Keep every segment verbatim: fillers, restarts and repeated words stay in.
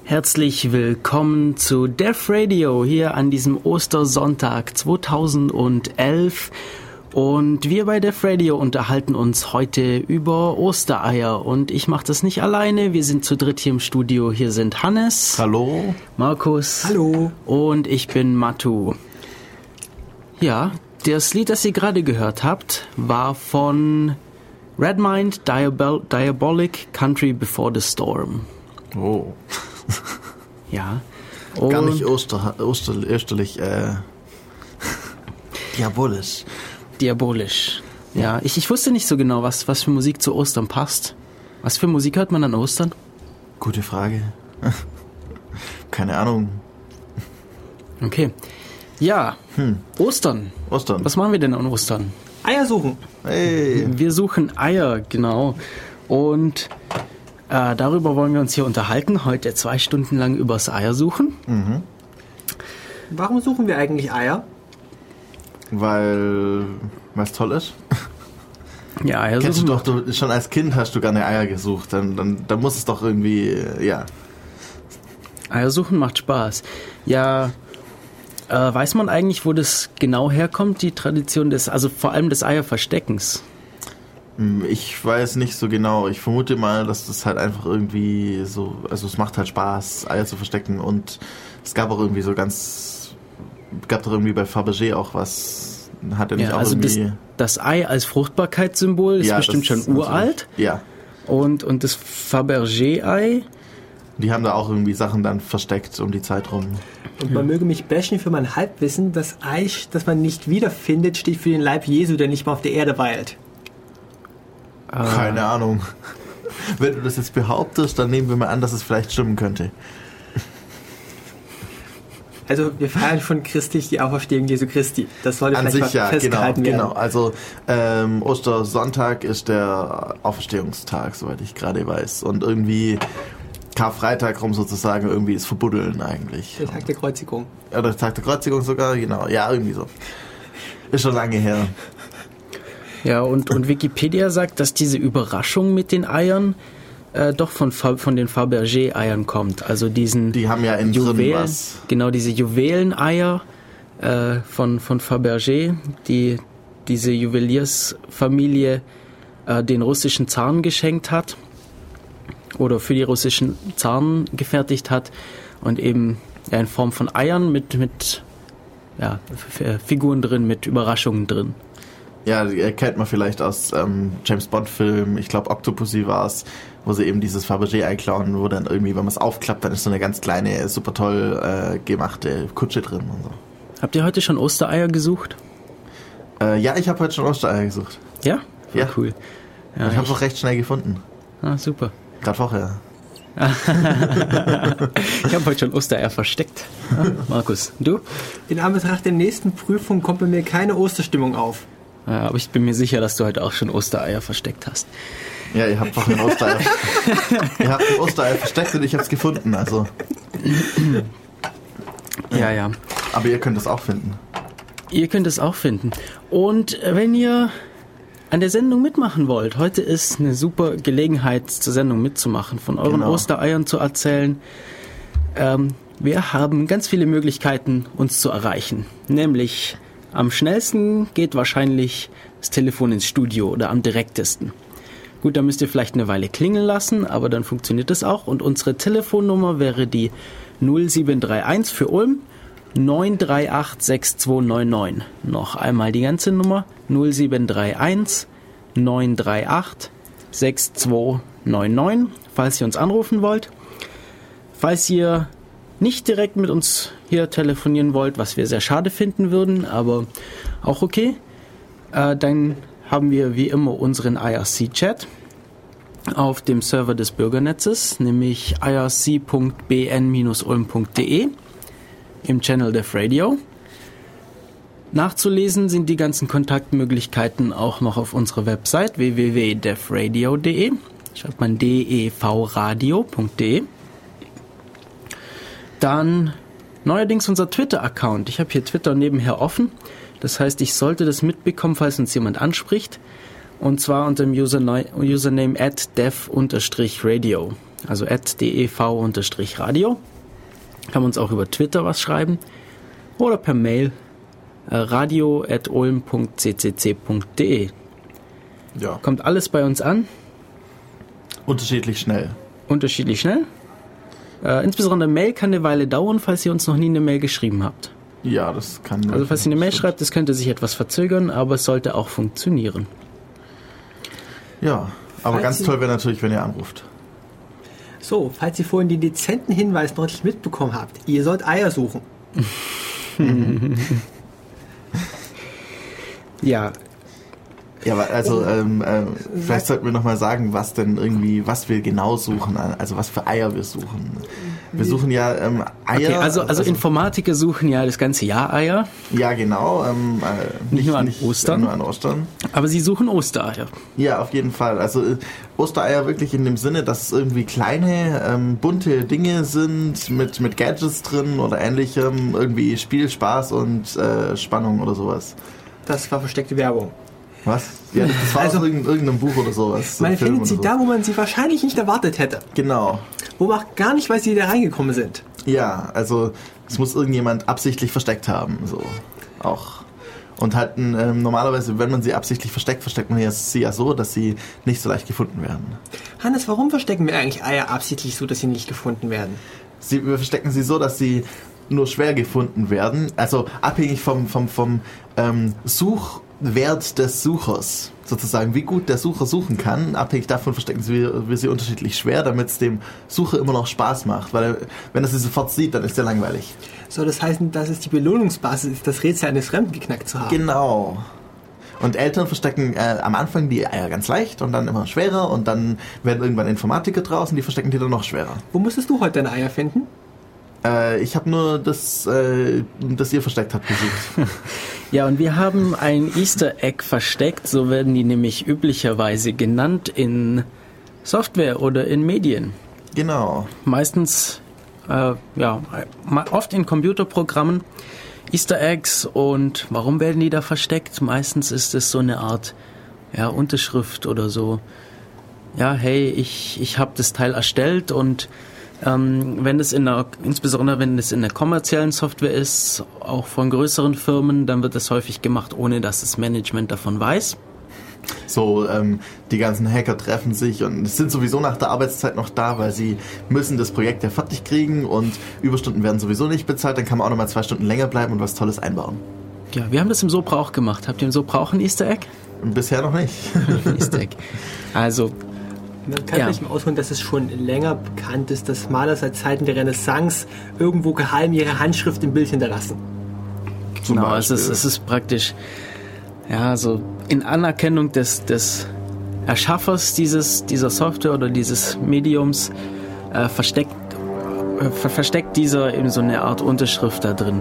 Herzlich willkommen zu Def Radio hier an diesem Ostersonntag zweitausendelf. Und wir bei Def Radio unterhalten uns heute über Ostereier. Und ich mache das nicht alleine. Wir sind zu dritt hier im Studio. Hier sind Hannes. Hallo. Markus. Hallo. Und ich bin Matu. Ja, das Lied, das ihr gerade gehört habt, war von Redmind, Diabol- Diabolic, Country Before the Storm. Oh. Ja. Und Gar nicht Oster, Oster, österlich, äh, diabolisch. Diabolisch. Ja, ich, ich wusste nicht so genau, was, was für Musik zu Ostern passt. Was für Musik hört man an Ostern? Gute Frage. Keine Ahnung. Okay. Ja, hm. Ostern. Ostern. Was machen wir denn an Ostern? Eier suchen. Hey. Wir suchen Eier, genau. Und äh, darüber wollen wir uns hier unterhalten. Heute zwei Stunden lang übers Eiersuchen. Mhm. Warum suchen wir eigentlich Eier? Weil es toll ist. Ja, Eier Kennst suchen. Du doch, du, schon als Kind hast du gerne Eier gesucht. Dann, dann, dann muss es doch irgendwie, ja. Eier suchen macht Spaß. Ja, äh, weiß man eigentlich, wo das genau herkommt, die Tradition des, also vor allem des Eierversteckens? Ich weiß nicht so genau. Ich vermute mal, dass das halt einfach irgendwie so, also es macht halt Spaß, Eier zu verstecken. Und es gab auch irgendwie so ganz, gab doch irgendwie bei Fabergé auch was, hat er nicht ja, auch also irgendwie... Das, das Ei als Fruchtbarkeitssymbol ist ja, bestimmt schon uralt. Ja. Und, und das Fabergé-Ei... Die haben da auch irgendwie Sachen dann versteckt um die Zeit rum. Und man ja. möge mich bashen für mein Halbwissen, das Ei, das man nicht wiederfindet, steht für den Leib Jesu, der nicht mal auf der Erde weilt. Keine ah. Ahnung. Wenn du das jetzt behauptest, dann nehmen wir mal an, dass es vielleicht stimmen könnte. Also wir feiern von Christi die Auferstehung Jesu Christi. Das sollte An vielleicht sich, mal ja, festgehalten genau, werden. Genau, also ähm, Ostersonntag ist der Auferstehungstag, soweit ich gerade weiß. Und irgendwie Karfreitag rum sozusagen, irgendwie ist Verbuddeln eigentlich. Der Tag der Kreuzigung. Ja, der Tag der Kreuzigung sogar, genau. Ja, irgendwie so. Ist schon lange her. Ja, und, und Wikipedia sagt, dass diese Überraschung mit den Eiern äh, doch von, von den Fabergé-Eiern kommt. Also diesen Die haben ja in Juwelen, drin was. Genau, diese Juweleneier äh, von, von Fabergé, die diese Juweliersfamilie äh, den russischen Zaren geschenkt hat oder für die russischen Zaren gefertigt hat und eben ja, in Form von Eiern mit, mit ja, F- Figuren drin, mit Überraschungen drin. Ja, die kennt man vielleicht aus ähm, James Bond Film, ich glaube Octopussy war es, wo sie eben dieses Fabergé-Ei klauen, wo dann irgendwie, wenn man es aufklappt, dann ist so eine ganz kleine, super toll äh, gemachte Kutsche drin und so. Habt ihr heute schon Ostereier gesucht? Äh, ja, ich habe heute schon Ostereier gesucht. Ja? Voll ja. Cool. Ja, ich habe es auch recht schnell gefunden. Ah, super. Gerade vorher. Ich habe heute schon Ostereier versteckt. Ja, Markus, du? In Anbetracht der nächsten Prüfung kommt bei mir keine Osterstimmung auf. Ja, aber ich bin mir sicher, dass du heute auch schon Ostereier versteckt hast. Ja, ihr habt doch ein Ostereier. Ihr habt ein Ostereier versteckt und ich habe es gefunden, also. Ja, ja. Aber ihr könnt es auch finden. Ihr könnt es auch finden. Und wenn ihr an der Sendung mitmachen wollt, heute ist eine super Gelegenheit, zur Sendung mitzumachen, von euren Genau. Ostereiern zu erzählen. Ähm, wir haben ganz viele Möglichkeiten, uns zu erreichen. Nämlich am schnellsten geht wahrscheinlich das Telefon ins Studio oder am direktesten. Gut, da müsst ihr vielleicht eine Weile klingeln lassen, aber dann funktioniert das auch. Und unsere Telefonnummer wäre die null sieben drei eins für Ulm neun drei acht sechs zwei neun neun. Noch einmal die ganze Nummer null sieben drei eins neun drei acht sechs zwei neun neun, falls ihr uns anrufen wollt. Falls ihr nicht direkt mit uns hier telefonieren wollt, was wir sehr schade finden würden, aber auch okay, äh, dann haben wir wie immer unseren I R C-Chat auf dem Server des Bürgernetzes, nämlich i r c punkt b n dash ulm punkt d e im Channel Def Radio. Nachzulesen sind die ganzen Kontaktmöglichkeiten auch noch auf unserer Website w w w punkt def radio punkt d e. Schreibt man d e v radio punkt d e. Dann neuerdings unser Twitter-Account. Ich habe hier Twitter nebenher offen. Das heißt, ich sollte das mitbekommen, falls uns jemand anspricht. Und zwar unter dem Username, Username at def radio. also at dev-radio. Kann man uns auch über Twitter was schreiben oder per Mail äh, radio at ulm punkt c c c punkt d e. Ja. Kommt alles bei uns an. Unterschiedlich schnell. Unterschiedlich schnell. Äh, insbesondere Mail kann eine Weile dauern, falls ihr uns noch nie eine Mail geschrieben habt. Ja, das kann... Also falls ihr eine Mail schreibt, das könnte sich etwas verzögern, aber es sollte auch funktionieren. Ja, aber Falls ganz Sie- toll wäre natürlich, wenn ihr anruft. So, falls ihr vorhin den dezenten Hinweis noch nicht mitbekommen habt, ihr sollt Eier suchen. Ja, Ja, aber also ähm, äh, vielleicht sollten wir nochmal sagen, was denn irgendwie, was wir genau suchen, also was für Eier wir suchen. Wir suchen ja ähm, Eier. okay, also, also Informatiker suchen ja das ganze Jahr Eier, Ja, genau. Ähm, äh, Nicht nur an Ostern? Nur an Ostern. aber sie suchen Ostereier. Ja, auf jeden Fall. Also äh, Ostereier wirklich in dem Sinne, dass es irgendwie kleine, ähm, bunte Dinge sind mit, mit Gadgets drin oder ähnlichem, irgendwie Spiel, Spaß und äh, Spannung oder sowas. Das war versteckte Werbung. Was? Ja, das war Also- aus irgendeinem, irgendeinem Buch oder sowas. so Man ein Film findet sie oder so. da, wo man sie wahrscheinlich nicht erwartet hätte. Genau. Wo man gar nicht weiß, wie sie da reingekommen sind. Ja, also es muss irgendjemand absichtlich versteckt haben, so auch. Und halt ähm, normalerweise, wenn man sie absichtlich versteckt, versteckt man ja- sie ja so, dass sie nicht so leicht gefunden werden. Hannes, warum verstecken wir eigentlich Eier absichtlich so, dass sie nicht gefunden werden? Sie, wir verstecken sie so, dass sie nur schwer gefunden werden, also abhängig vom, vom, vom ähm, Suchwert des Suchers, sozusagen, wie gut der Sucher suchen kann. Abhängig davon verstecken wir, wir sie unterschiedlich schwer, damit es dem Sucher immer noch Spaß macht, weil wenn er sie sofort sieht, dann ist er langweilig. Soll das heißen, dass es die Belohnungsbasis ist, das Rätsel eines Fremden geknackt zu haben? Genau. Und Eltern verstecken äh, am Anfang die Eier ganz leicht und dann immer schwerer und dann werden irgendwann Informatiker draußen, die verstecken die dann noch schwerer. Wo musstest du heute deine Eier finden? Äh, ich habe nur das, äh, das ihr versteckt habt, gesucht. Ja, und wir haben ein Easter Egg versteckt, so werden die nämlich üblicherweise genannt in Software oder in Medien. Genau. Meistens, äh, ja, ma- oft in Computerprogrammen Easter Eggs. Und warum werden die da versteckt? Meistens ist es so eine Art, ja, Unterschrift oder so. Ja, hey, ich, ich habe das Teil erstellt und ähm, wenn es in einer, insbesondere wenn es in der kommerziellen Software ist, auch von größeren Firmen, dann wird das häufig gemacht, ohne dass das Management davon weiß. So, ähm, die ganzen Hacker treffen sich und sind sowieso nach der Arbeitszeit noch da, weil sie müssen das Projekt ja fertig kriegen und Überstunden werden sowieso nicht bezahlt, dann kann man auch nochmal zwei Stunden länger bleiben und was Tolles einbauen. Ja, wir haben das im Sopra auch gemacht. Habt ihr im Sopra auch ein Easter Egg? Bisher noch nicht. Easter Egg. Also, Man kann Ja. vielleicht mal ausholen, dass es schon länger bekannt ist, dass Maler seit Zeiten der Renaissance irgendwo geheim ihre Handschrift im Bild hinterlassen. Zum genau, es ist, Beispiel. es ist praktisch, ja, so in Anerkennung des, des Erschaffers dieses, dieser Software oder dieses Mediums äh, versteckt, äh, ver- versteckt dieser eben so eine Art Unterschrift da drin.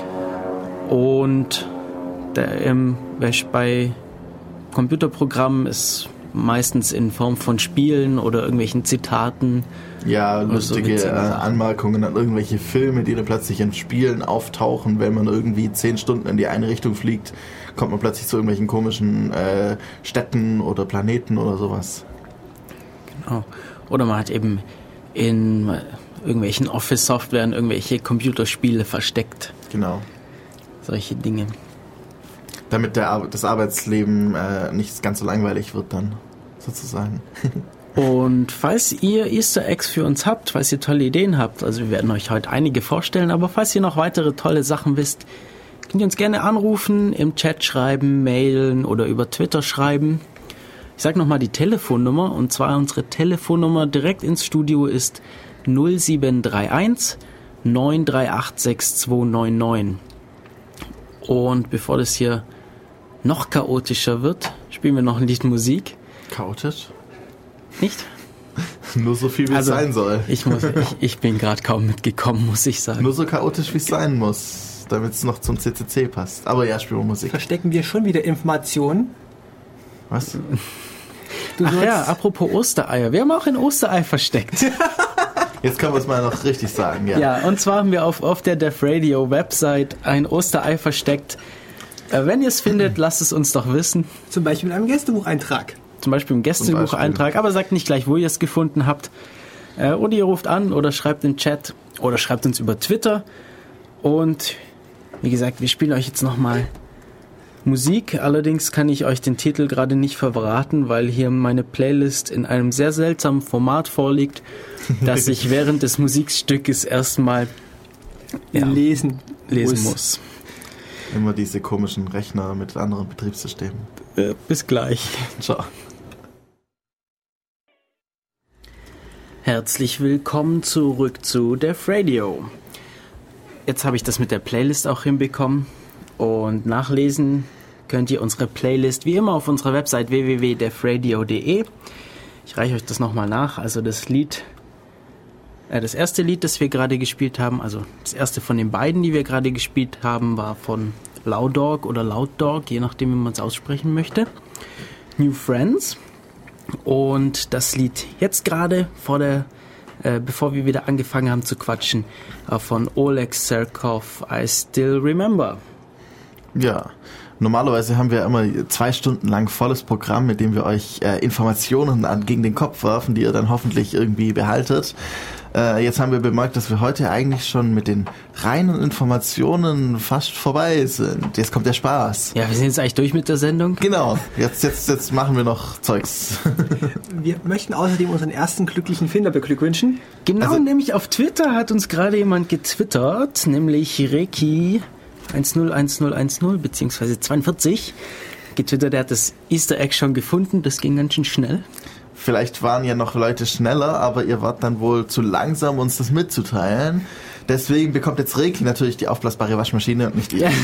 Und der, ähm, bei Computerprogrammen ist meistens in Form von Spielen oder irgendwelchen Zitaten. Ja, so lustige witzige äh, Sachen. Anmerkungen an irgendwelche Filme, die dann plötzlich in Spielen auftauchen. Wenn man irgendwie zehn Stunden in die eine Richtung fliegt, kommt man plötzlich zu irgendwelchen komischen äh, Städten oder Planeten oder sowas. Genau. Oder man hat eben in äh, irgendwelchen Office-Softwaren irgendwelche Computerspiele versteckt. Genau. Solche Dinge. Damit der, Ar- das Arbeitsleben äh, nicht ganz so langweilig wird dann, sozusagen. Und falls ihr Easter Eggs für uns habt, falls ihr tolle Ideen habt, also wir werden euch heute einige vorstellen, aber falls ihr noch weitere tolle Sachen wisst, könnt ihr uns gerne anrufen, im Chat schreiben, mailen oder über Twitter schreiben. Ich sage nochmal die Telefonnummer, und zwar unsere Telefonnummer direkt ins Studio ist null sieben drei eins neun drei acht sechs zwei neun neun. Und bevor das hier noch chaotischer wird, spielen wir noch ein Lied Musik. Chaotisch? Nicht? Nur so viel, wie Also, es sein soll. Ich, muss, ich, ich bin gerade kaum mitgekommen, muss ich sagen. Nur so chaotisch, wie es sein muss, damit es noch zum C C C passt. Aber ja, spielen wir Musik. Verstecken wir schon wieder Informationen? Was? Du Ach sollst- ja, apropos Ostereier. Wir haben auch ein Osterei versteckt. Jetzt können wir es mal noch richtig sagen, ja. Ja, und zwar haben wir auf, auf der Def Radio Website ein Osterei versteckt. Äh, wenn ihr es findet, lasst es uns doch wissen. Zum Beispiel mit einem Gästebucheintrag. Zum Beispiel im Gästebucheintrag, aber sagt nicht gleich, wo ihr es gefunden habt. Äh, oder ihr ruft an oder schreibt im Chat oder schreibt uns über Twitter. Und wie gesagt, wir spielen euch jetzt nochmal Musik. Allerdings kann ich euch den Titel gerade nicht verraten, weil hier meine Playlist in einem sehr seltsamen Format vorliegt, dass ich während des Musikstückes erstmal ja, lesen, lesen muss. muss. Immer diese komischen Rechner mit anderen Betriebssystemen. Äh, bis gleich. Ciao. Herzlich willkommen zurück zu Def Radio. Jetzt habe ich das mit der Playlist auch hinbekommen und nachlesen könnt ihr unsere Playlist wie immer auf unserer Website w w w punkt def radio punkt d e. Ich reiche euch das nochmal nach. Also das Lied, äh, das erste Lied, das wir gerade gespielt haben, also das erste von den beiden, die wir gerade gespielt haben, war von Loud Dog oder Loud Dog, je nachdem, wie man es aussprechen möchte. New Friends. Und das Lied jetzt gerade vor der Äh, bevor wir wieder angefangen haben zu quatschen, äh, von Oleg Serkov, I Still Remember. Ja, normalerweise haben wir immer zwei Stunden lang volles Programm, mit dem wir euch äh, Informationen an, gegen den Kopf werfen, die ihr dann hoffentlich irgendwie behaltet. Äh, jetzt haben wir bemerkt, dass wir heute eigentlich schon mit den reinen Informationen fast vorbei sind. Jetzt kommt der Spaß. Ja, wir sind jetzt eigentlich durch mit der Sendung. Genau, jetzt, jetzt, jetzt machen wir noch Zeugs. Wir möchten außerdem unseren ersten glücklichen Finder beglückwünschen. Genau, Also- nämlich auf Twitter hat uns gerade jemand getwittert, nämlich Reiki eins null eins null eins null beziehungsweise zweiundvierzig. Getwittert, der hat das Easter Egg schon gefunden, das ging ganz schön schnell. Vielleicht waren ja noch Leute schneller, aber ihr wart dann wohl zu langsam, uns das mitzuteilen. Deswegen bekommt jetzt Reiki natürlich die aufblasbare Waschmaschine und nicht ihr.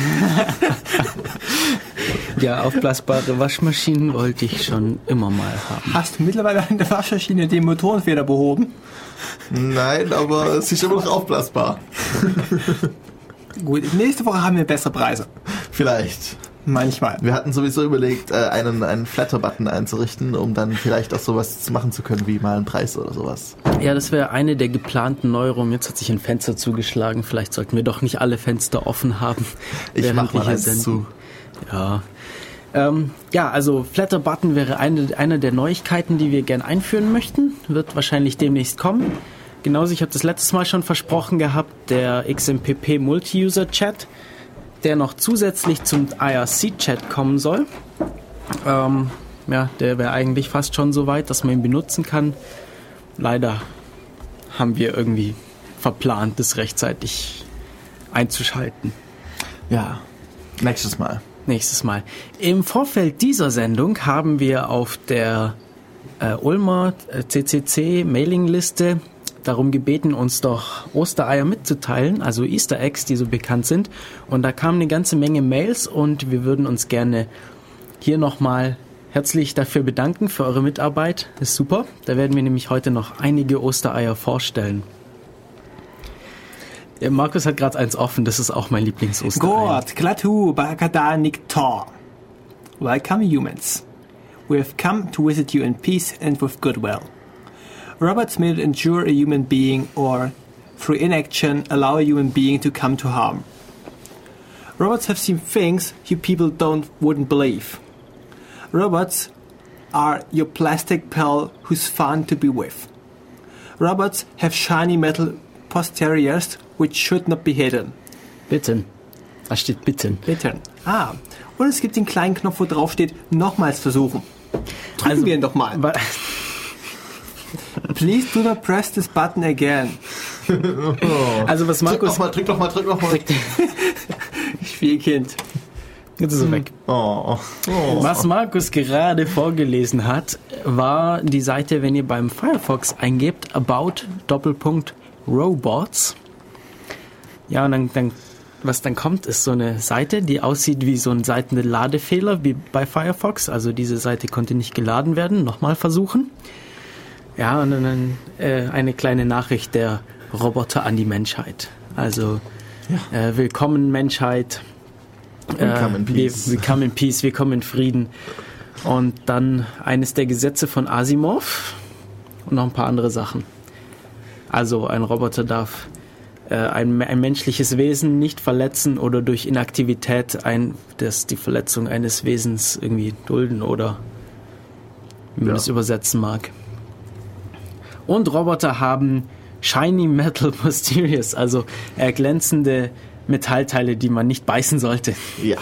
Ja, aufblasbare Waschmaschinen wollte ich schon immer mal haben. Hast du mittlerweile an der Waschmaschine den Motorenfeder behoben? Nein, aber es ist immer noch aufblasbar. Gut, nächste Woche haben wir bessere Preise. Vielleicht. Manchmal. Wir hatten sowieso überlegt, äh, einen, einen Flatter-Button einzurichten, um dann vielleicht auch sowas machen zu können, wie mal einen Preis oder sowas. Ja, das wäre eine der geplanten Neuerungen. Jetzt hat sich ein Fenster zugeschlagen. Vielleicht sollten wir doch nicht alle Fenster offen haben. Ich während mach wir mal hier eins senden. zu. Ja. Ähm, ja, also Flatter-Button wäre eine, eine der Neuigkeiten, die wir gern einführen möchten. Wird wahrscheinlich demnächst kommen. Genauso, ich habe das letztes Mal schon versprochen gehabt, der X M P P Multi-User-Chat, der noch zusätzlich zum I R C-Chat kommen soll. Ähm, ja, der wäre eigentlich fast schon so weit, dass man ihn benutzen kann. Leider haben wir irgendwie verplant, das rechtzeitig einzuschalten. Ja, nächstes Mal. Nächstes Mal. Im Vorfeld dieser Sendung haben wir auf der äh, Ulmer äh, C C C-Mailingliste darum gebeten, uns doch Ostereier mitzuteilen, also Easter Eggs, die so bekannt sind. Und da kamen eine ganze Menge Mails und wir würden uns gerne hier nochmal herzlich dafür bedanken für eure Mitarbeit. Das ist super. Da werden wir nämlich heute noch einige Ostereier vorstellen. Ja, Markus hat gerade eins offen, das ist auch mein Lieblings-Osterei. Gott, Klatu, Bakadanik Tor. Welcome, humans. We have come to visit you in peace and with goodwill. Robots may not endure a human being or, through inaction, allow a human being to come to harm. Robots have seen things you people don't wouldn't believe. Robots are your plastic pal who's fun to be with. Robots have shiny metal posteriors which should not be hidden. Bitten. Da steht bitten. Bitten. Ah, und es gibt den kleinen Knopf, wo drauf steht, nochmals versuchen. Drücken Also, wir ihn doch mal. Wa- Please do not press this button again. Also was Drück Markus... noch mal, drück noch mal, drück noch mal. Spielkind. Jetzt ist er weg. Oh. Oh. Was Markus gerade vorgelesen hat, war die Seite, wenn ihr beim Firefox eingebt, about Doppelpunkt Robots. Ja, und dann, dann, was dann kommt, ist so eine Seite, die aussieht wie so ein Seitenladefehler, wie bei Firefox. Also diese Seite konnte nicht geladen werden. Nochmal versuchen. Ja, und dann äh, eine kleine Nachricht der Roboter an die Menschheit. Also, ja. äh, willkommen Menschheit. Willkommen in Peace. Wir, willkommen in Peace, willkommen in Frieden. Und dann eines der Gesetze von Asimov und noch ein paar andere Sachen. Also ein Roboter darf äh, ein, ein menschliches Wesen nicht verletzen oder durch Inaktivität ein, das die Verletzung eines Wesens irgendwie dulden oder wie man Ja. das übersetzen mag. Und Roboter haben Shiny Metal Mysterious, also äh, glänzende Metallteile, die man nicht beißen sollte. Ja.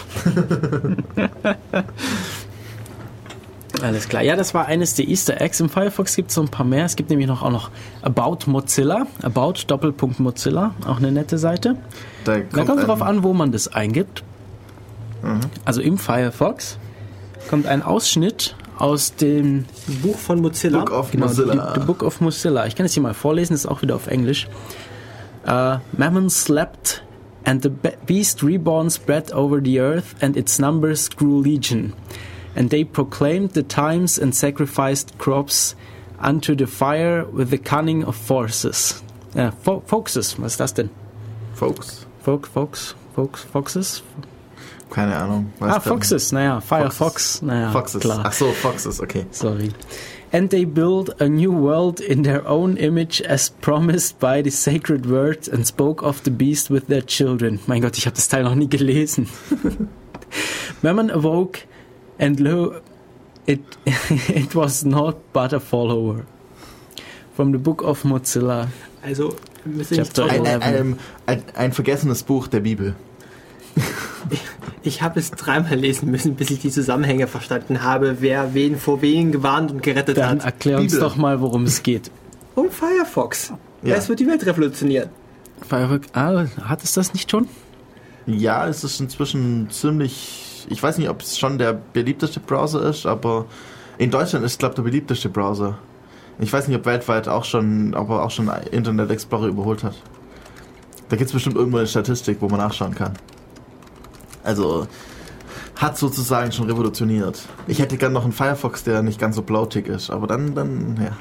Alles klar. Ja, das war eines der Easter Eggs. Im Firefox gibt es so ein paar mehr. Es gibt nämlich noch auch noch About Mozilla. About Doppelpunkt Mozilla. Auch eine nette Seite. Da kommt, da kommt es drauf an, wo man das eingibt. Mhm. Also im Firefox kommt ein Ausschnitt aus dem Buch von Mozilla. Book of genau, Mozilla. The, the Book of Mozilla. Ich kann es hier mal vorlesen, das ist auch wieder auf Englisch. Uh, Mammon slept and the be- beast reborn spread over the earth and its numbers grew legion. And they proclaimed the times and sacrificed crops unto the fire with the cunning of forces. Ja, fo- Foxes, was ist das denn? Folks? Fox, Fox, Fox, Foxes? Keine Ahnung. Ah, Foxes, naja, Firefox, naja, Foxes. klar. Ach so, Foxes, okay. Sorry. And they built a new world in their own image as promised by the sacred word and spoke of the beast with their children. Mein Gott, ich habe das Teil noch nie gelesen. Mammon awoke and lo, it, it was not but a follower. From the Book of Mozilla. Also, wir müssen nicht Chapter drauf- Ein, ein, ein, ein, ein vergessenes Buch der Bibel. Ich habe es dreimal lesen müssen, bis ich die Zusammenhänge verstanden habe, wer wen vor wen gewarnt und gerettet Dann hat. erklär uns Bibel. doch mal, worum es geht. Um Firefox. Ja. Es wird die Welt revolutionieren. Firefox, ah, hat es das nicht schon? Ja, es ist inzwischen ziemlich... Ich weiß nicht, ob es schon der beliebteste Browser ist, aber in Deutschland ist es, glaube ich, der beliebteste Browser. Ich weiß nicht, ob weltweit auch schon, ob er auch schon Internet Explorer überholt hat. Da gibt es bestimmt irgendwo eine Statistik, wo man nachschauen kann. Also hat sozusagen schon revolutioniert. Ich hätte gern noch einen Firefox, der nicht ganz so blautig ist, aber dann, dann, ja.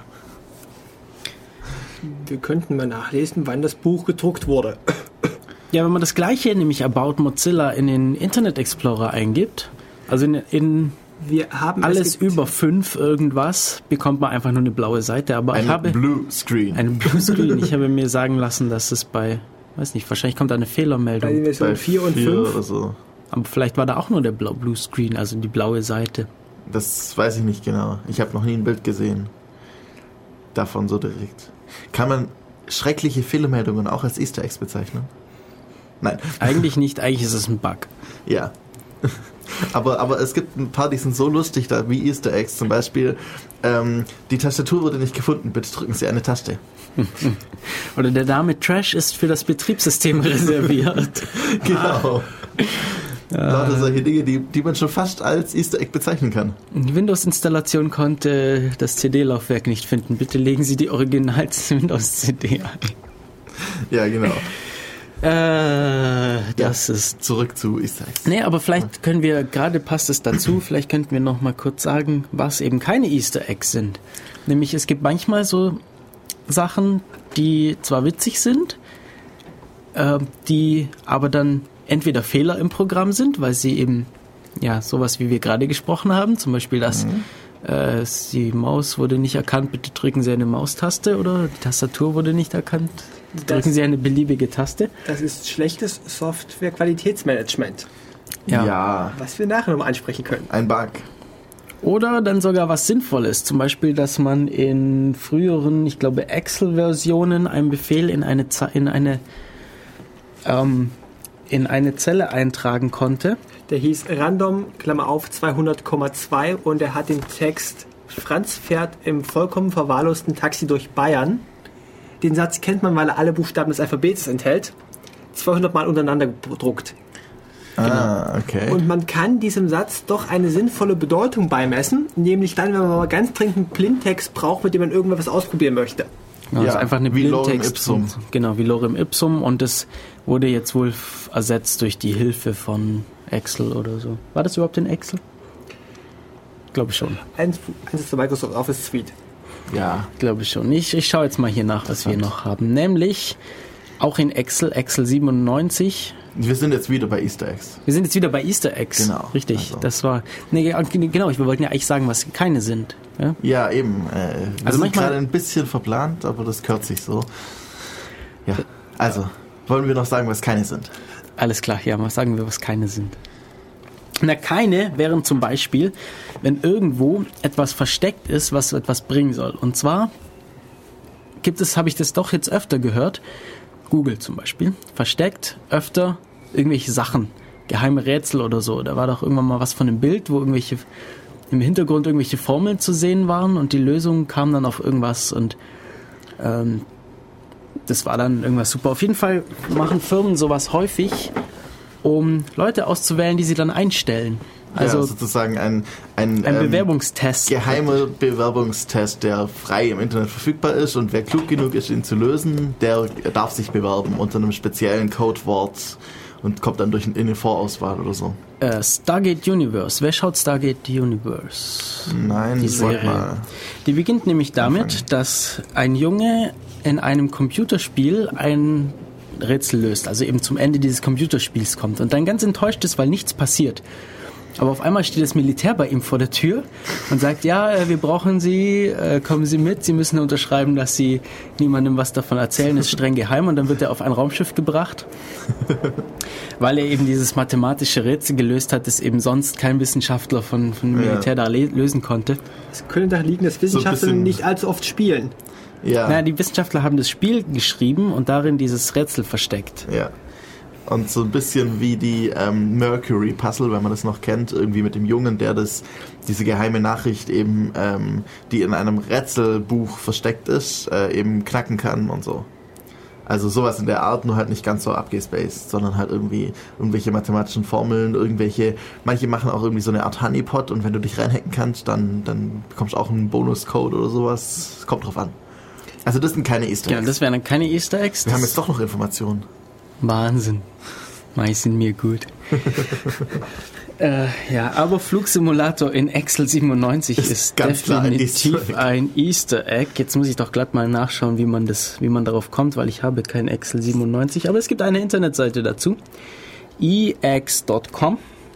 Wir könnten mal nachlesen, wann das Buch gedruckt wurde. Ja, wenn man das gleiche, nämlich About Mozilla, in den Internet Explorer eingibt, also in, in Wir haben alles es gibt- über fünf irgendwas, bekommt man einfach nur eine blaue Seite. Aber Ein ich habe Blue Screen. einen Bluescreen. Ich habe mir sagen lassen, dass es bei, weiß nicht, wahrscheinlich kommt da eine bei den Fehlermeldung. Versionen Bei vier und vier fünf. oder so. Aber vielleicht war da auch nur der Blau Blue Screen, also die blaue Seite. Das weiß ich nicht genau. Ich habe noch nie ein Bild gesehen. Davon so direkt. Kann man schreckliche Fehlermeldungen auch als Easter Eggs bezeichnen? Nein. Eigentlich nicht, eigentlich ist es ein Bug. Ja. Aber, aber es gibt ein paar, die sind so lustig, da wie Easter Eggs. Zum Beispiel, ähm, die Tastatur wurde nicht gefunden, bitte drücken Sie eine Taste. Oder der Name Trash ist für das Betriebssystem reserviert. Genau. Lauter solche Dinge, die, die man schon fast als Easter Egg bezeichnen kann. Die Windows-Installation konnte das C D-Laufwerk nicht finden. Bitte legen Sie die Original-Windows-C D ein. Ja, genau. Äh, das ist... Zurück zu Easter Eggs. Nee, aber vielleicht können wir, gerade passt es dazu, vielleicht könnten wir noch mal kurz sagen, was eben keine Easter Eggs sind. Nämlich es gibt manchmal so Sachen, die zwar witzig sind, äh, die aber dann entweder Fehler im Programm sind, weil sie eben, ja, sowas wie wir gerade gesprochen haben, zum Beispiel, dass Mhm. äh, die Maus wurde nicht erkannt, bitte drücken Sie eine Maustaste, oder die Tastatur wurde nicht erkannt, drücken Das- Sie eine beliebige Taste. Das ist schlechtes Software-Qualitätsmanagement, Ja. Ja, was wir nachher nochmal ansprechen können. ein Bug. Oder dann sogar was Sinnvolles, zum Beispiel, dass man in früheren, ich glaube, Excel-Versionen einen Befehl in eine, Ze- in eine, ähm, in eine Zelle eintragen konnte. Der hieß Random, Klammer auf, zweihundert Komma zwei und er hat den Text Franz fährt im vollkommen verwahrlosten Taxi durch Bayern. Den Satz kennt man, weil er alle Buchstaben des Alphabets enthält. zweihundert Mal untereinander gedruckt. Ah, okay. Und man kann diesem Satz doch eine sinnvolle Bedeutung beimessen, nämlich dann, wenn man mal ganz dringend einen Blindtext braucht, mit dem man irgendwas ausprobieren möchte. Genau, Ja, das ist einfach eine wie Lorem Blindtext. Ipsum. Genau, wie Lorem Ipsum, und das wurde jetzt wohl f- ersetzt durch die Hilfe von Excel oder so. War das überhaupt in Excel? Glaube schon. Eins, eins ist der Microsoft Office Suite. Ja, Glaube schon. Ich, ich schaue jetzt mal hier nach, was wir noch haben. Nämlich auch in Excel, Excel siebenundneunzig. wir sind jetzt wieder bei Easter Eggs. Wir sind jetzt wieder bei Easter Eggs. Genau, Richtig. also. Das war. Nee, ja, genau, wir wollten ja eigentlich sagen, was keine sind. Ja? Ja, eben. Äh, wir Also sind manchmal- gerade ein bisschen verplant, aber das gehört sich so. Ja, also, wollen wir noch sagen, was keine sind? Alles klar, ja, mal sagen wir, was keine sind. Na, keine wären zum Beispiel, wenn irgendwo etwas versteckt ist, was etwas bringen soll. Und zwar gibt es, habe ich das doch jetzt öfter gehört. Google zum Beispiel versteckt öfter irgendwelche Sachen, geheime Rätsel oder so. Da war doch irgendwann mal was von einem Bild, wo irgendwelche im Hintergrund irgendwelche Formeln zu sehen waren und die Lösung kam dann auf irgendwas und ähm, das war dann irgendwas super. Auf jeden Fall machen Firmen sowas häufig, um Leute auszuwählen, die sie dann einstellen. Also ja, sozusagen ein, ein, ein ähm, Bewerbungstest. Geheimer Bewerbungstest, der frei im Internet verfügbar ist und wer klug genug ist, ihn zu lösen, der darf sich bewerben unter einem speziellen Codewort und kommt dann durch eine Vorauswahl oder so. Äh, Stargate Universe. Wer schaut Stargate Universe? Nein, die ich wollte Serie. mal. Die beginnt nämlich damit, anfangen. dass ein Junge in einem Computerspiel ein Rätsel löst, also eben zum Ende dieses Computerspiels kommt und dann ganz enttäuscht ist, weil nichts passiert. Aber auf einmal steht das Militär bei ihm vor der Tür und sagt, ja, äh, wir brauchen Sie, äh, kommen Sie mit, Sie müssen unterschreiben, dass Sie niemandem was davon erzählen, ist streng geheim und dann wird er auf ein Raumschiff gebracht, weil er eben dieses mathematische Rätsel gelöst hat, das eben sonst kein Wissenschaftler von, von Militär Ja. da le- lösen konnte. Es könnte daran liegen, dass Wissenschaftler bisschen- nicht allzu oft spielen. Ja. Naja, die Wissenschaftler haben das Spiel geschrieben und darin dieses Rätsel versteckt. Ja. Und so ein bisschen wie die ähm, Mercury Puzzle, wenn man das noch kennt, irgendwie mit dem Jungen, der das, diese geheime Nachricht eben, ähm, die in einem Rätselbuch versteckt ist, äh, eben knacken kann und so. Also sowas in der Art, nur halt nicht ganz so abgespaced, sondern halt irgendwie irgendwelche mathematischen Formeln, irgendwelche, manche machen auch irgendwie so eine Art Honeypot und wenn du dich reinhacken kannst, dann, dann bekommst du auch einen Bonuscode oder sowas. Kommt drauf an. Also das sind keine Easter Eggs. Genau, das wären dann keine Easter Eggs. Wir haben Das- jetzt doch noch Informationen. Wahnsinn. Mei sind mir gut. äh, ja, aber Flugsimulator in Excel siebenundneunzig ist, Ist ganz klar ein definitiv Easter Egg. ein Easter Egg. Jetzt muss ich doch glatt mal nachschauen, wie man das, wie man darauf kommt, weil ich habe kein Excel siebenundneunzig, aber es gibt eine Internetseite dazu. e x Punkt com.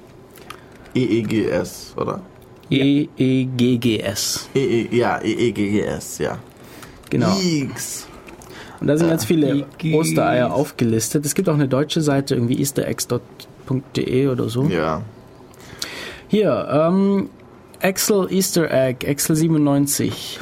E E G S, oder? E E G G S. E E, ja, E E G G S, ja. Genau. X. Und da sind ganz viele Igis. Ostereier aufgelistet. Es gibt auch eine deutsche Seite, irgendwie eastereggs punkt de oder so. Ja. Hier, ähm, Excel Easter Egg, Excel siebenundneunzig.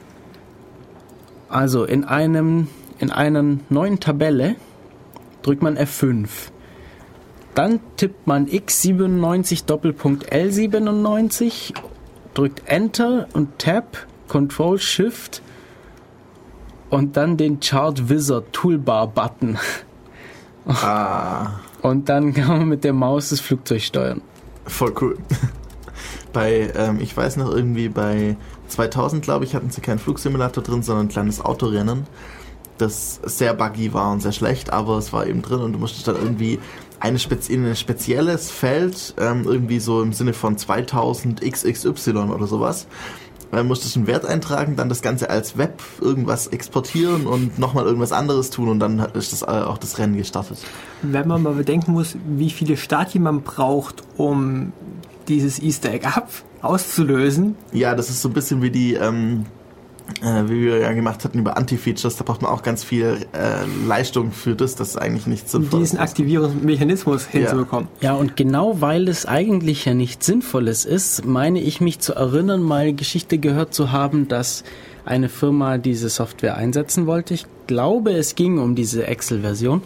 Also in einem, in einer neuen Tabelle drückt man F fünf. Dann tippt man x siebenundneunzig Doppelpunkt L siebenundneunzig, drückt Enter und Tab, Control Shift und dann den Chart Wizard Toolbar Button. Ah, Und dann kann man mit der Maus das Flugzeug steuern. voll cool. Bei, ähm, ich weiß noch irgendwie bei zweitausend, glaube ich, hatten sie keinen Flugsimulator drin, sondern ein kleines Autorennen, das sehr buggy war und sehr schlecht, aber es war eben drin und du musstest dann irgendwie eine Spezi in ein spezielles Feld, ähm, irgendwie so im Sinne von zweitausend X X Y oder sowas, dann musstest du einen Wert eintragen, dann das Ganze als Web irgendwas exportieren und nochmal irgendwas anderes tun und dann hat- ist das äh, auch das Rennen gestartet. Wenn man mal bedenken muss, wie viele Stadien man braucht, um dieses Easter Egg ab auszulösen. Ja, das ist so ein bisschen wie die, ähm, äh, wie wir ja gemacht hatten über Anti-Features, da braucht man auch ganz viel äh, Leistung für das, das ist eigentlich nicht Um sinnvoll. diesen Aktivierungsmechanismus hinzubekommen. Ja, und genau weil es eigentlich ja nichts Sinnvolles ist, meine ich mich zu erinnern, mal eine Geschichte gehört zu haben, dass eine Firma diese Software einsetzen wollte. Ich glaube, es ging um diese Excel-Version.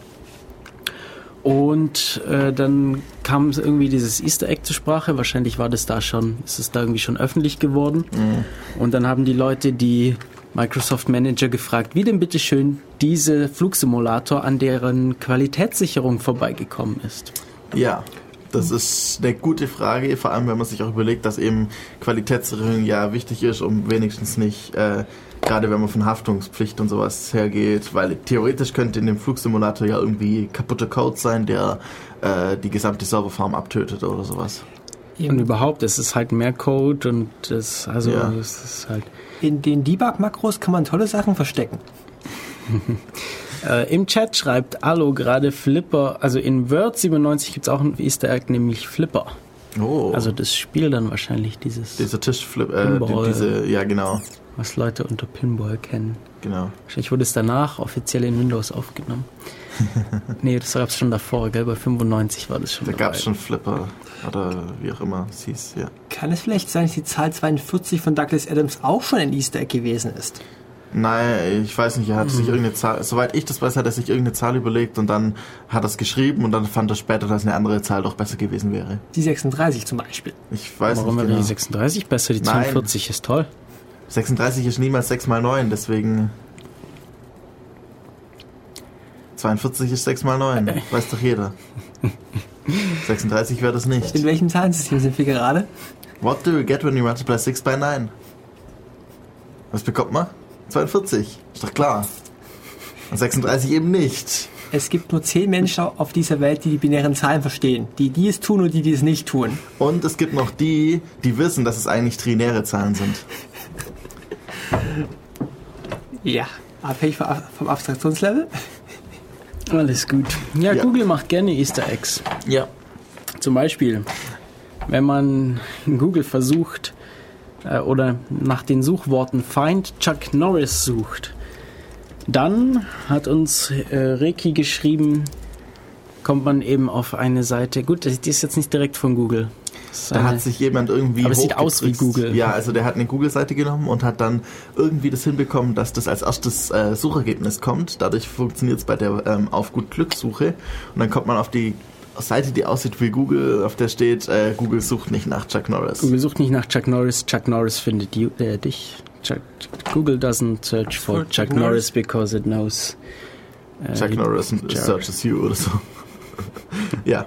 Und äh, dann kam irgendwie dieses Easter Egg zur Sprache. Wahrscheinlich war das da schon, ist es da irgendwie schon öffentlich geworden. Und dann haben die Leute die Microsoft Manager gefragt, wie denn bitteschön diese Flugsimulator an deren Qualitätssicherung vorbeigekommen ist. Ja, das ist eine gute Frage, vor allem wenn man sich auch überlegt, dass eben Qualitätssicherung ja wichtig ist, um wenigstens nicht, äh, gerade wenn man von Haftungspflicht und sowas hergeht, weil theoretisch könnte in dem Flugsimulator ja irgendwie kaputter Code sein, der äh, die gesamte Serverfarm abtötet oder sowas. Und überhaupt, es ist halt mehr Code und das, also Ja. es ist halt. In den Debug-Makros kann man tolle Sachen verstecken. Äh, Im Chat schreibt Allo gerade Flipper, also in Word siebenundneunzig gibt es auch ein Easter Egg, nämlich Flipper. Oh, Also das Spiel dann wahrscheinlich dieses, dieser Tischflip, äh, Pinball. diese, ja genau, was Leute unter Pinball kennen. genau. Wahrscheinlich wurde es danach offiziell in Windows aufgenommen. Nee, das gab es schon davor, gell? Bei fünfundneunzig war das schon Da dabei. gab es schon Flipper oder wie auch immer es hieß, ja. Kann es vielleicht sein, dass die Zahl zweiundvierzig von Douglas Adams auch schon ein Easter Egg gewesen ist? Nein, ich weiß nicht, er hat hm. sich irgendeine Zahl, soweit ich das weiß, hat er sich irgendeine Zahl überlegt und dann hat er es geschrieben und dann fand er später, dass eine andere Zahl doch besser gewesen wäre. Die sechsunddreißig zum Beispiel. Ich weiß Warum nicht wäre genau. die sechsunddreißig besser? Die zweiundvierzig Nein. ist toll. sechsunddreißig ist niemals sechs mal neun, deswegen... zweiundvierzig ist sechs mal neun, weiß doch jeder. sechsunddreißig wäre das nicht. In welchem Zahlensystem sind wir gerade? What do you get when you multiply six by nine? Was bekommt man? zweiundvierzig. Ist doch klar. Und sechsunddreißig eben nicht. Es gibt nur zehn Menschen auf dieser Welt, die die binären Zahlen verstehen. Die, die es tun und die, die es nicht tun. Und es gibt noch die, die wissen, dass es eigentlich trinäre Zahlen sind. Ja, abhängig vom Abstraktionslevel. Alles gut. Ja, Ja. Google macht gerne Easter Eggs. Ja. Zum Beispiel, wenn man in Google versucht äh, oder nach den Suchworten Find Chuck Norris sucht, dann hat uns äh, Reki geschrieben, kommt man eben auf eine Seite. Gut, die ist jetzt nicht direkt von Google. Da hat sich jemand irgendwie Aber es sieht aus wie hochgetrickst. Google. Ja, also der hat eine Google-Seite genommen und hat dann irgendwie das hinbekommen, dass das als erstes äh, Suchergebnis kommt. Dadurch funktioniert es bei der ähm, auf gut Glück Suche und dann kommt man auf die Seite, die aussieht wie Google, auf der steht, äh, Google sucht nicht nach Chuck Norris. Google sucht nicht nach Chuck Norris, Chuck Norris findet die, äh, dich. Chuck, Google doesn't search for For Chuck Chuck Norris because it knows äh, Chuck Norris Chuck. searches you oder so. Ja.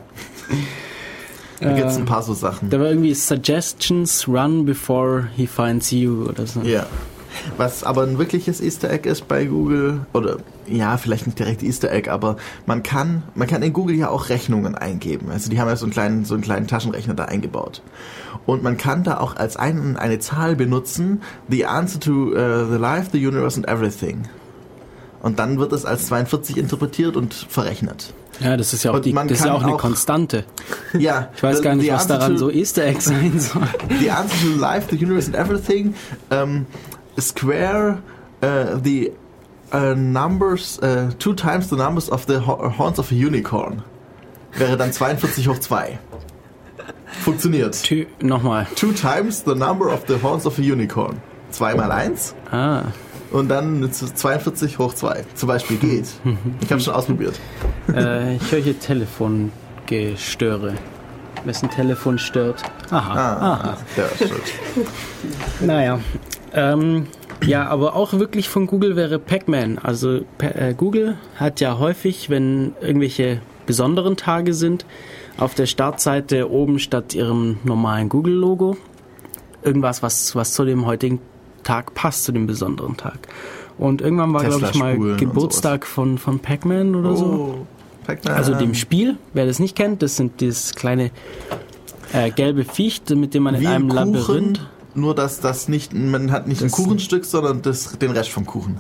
Da gibt es ein paar so Sachen. Da war irgendwie Suggestions run before he finds you oder so. Ja. Was aber ein wirkliches Easter Egg ist bei Google, oder ja, vielleicht nicht direkt Easter Egg, aber man kann, man kann in Google ja auch Rechnungen eingeben. Also die haben ja so einen kleinen, so einen kleinen Taschenrechner da eingebaut. Und man kann da auch als einen, eine Zahl benutzen, the answer to uh, the life, the universe and everything. Und dann wird es als zweiundvierzig interpretiert und verrechnet. Ja, das ist ja auch, Und die, man das ist ja kann auch eine auch- Konstante. Ja. Ich weiß the- gar nicht, the was answer daran to- so Easter Egg sein soll. The answer to life, the universe and everything. Um, square uh, the uh, numbers, uh, two times the numbers of the ho- horns of a unicorn. Wäre dann zweiundvierzig hoch zwei. Funktioniert. Tü, nochmal. Two times the number of the horns of a unicorn. zwei mal eins Ah, und dann zweiundvierzig hoch zwei. Zum Beispiel geht. Ich habe schon ausprobiert. äh, ich höre hier Telefongestöre. Wessen Telefon stört? Aha, Ah, aha. ja, stimmt. Naja. Ähm, ja, aber auch wirklich von Google wäre Pac-Man. Also Pa- äh, Google hat ja häufig, wenn irgendwelche besonderen Tage sind, auf der Startseite oben statt ihrem normalen Google-Logo irgendwas, was, was zu dem heutigen Tag passt, zu dem besonderen Tag. Und irgendwann war, glaube ich, mal Tesla-Spulen und Geburtstag von, von Pac-Man oder so. Oh, Pac-Man. Also dem Spiel, wer das nicht kennt, das sind dieses kleine äh, gelbe Viech, mit dem man in Wie einem ein Kuchen, Labyrinth... nur dass das nicht, man hat nicht Das- ein Kuchenstück, sondern das, den Rest vom Kuchen.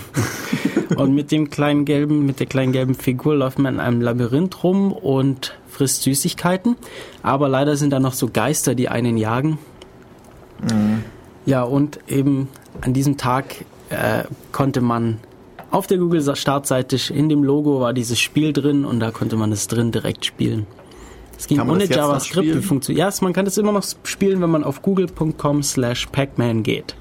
Und mit dem kleinen gelben, mit der kleinen gelben Figur läuft man in einem Labyrinth rum und frisst Süßigkeiten. Aber leider sind da noch so Geister, die einen jagen. Mhm. Ja, und eben an diesem Tag äh, konnte man auf der Google-Startseite, in dem Logo war dieses Spiel drin und da konnte man es drin direkt spielen. Es ging Kann man ohne das jetzt noch JavaScript. spielen? Wie funktioniert? Ja, es- man kann das immer noch spielen, wenn man auf google punkt com slash pacman geht.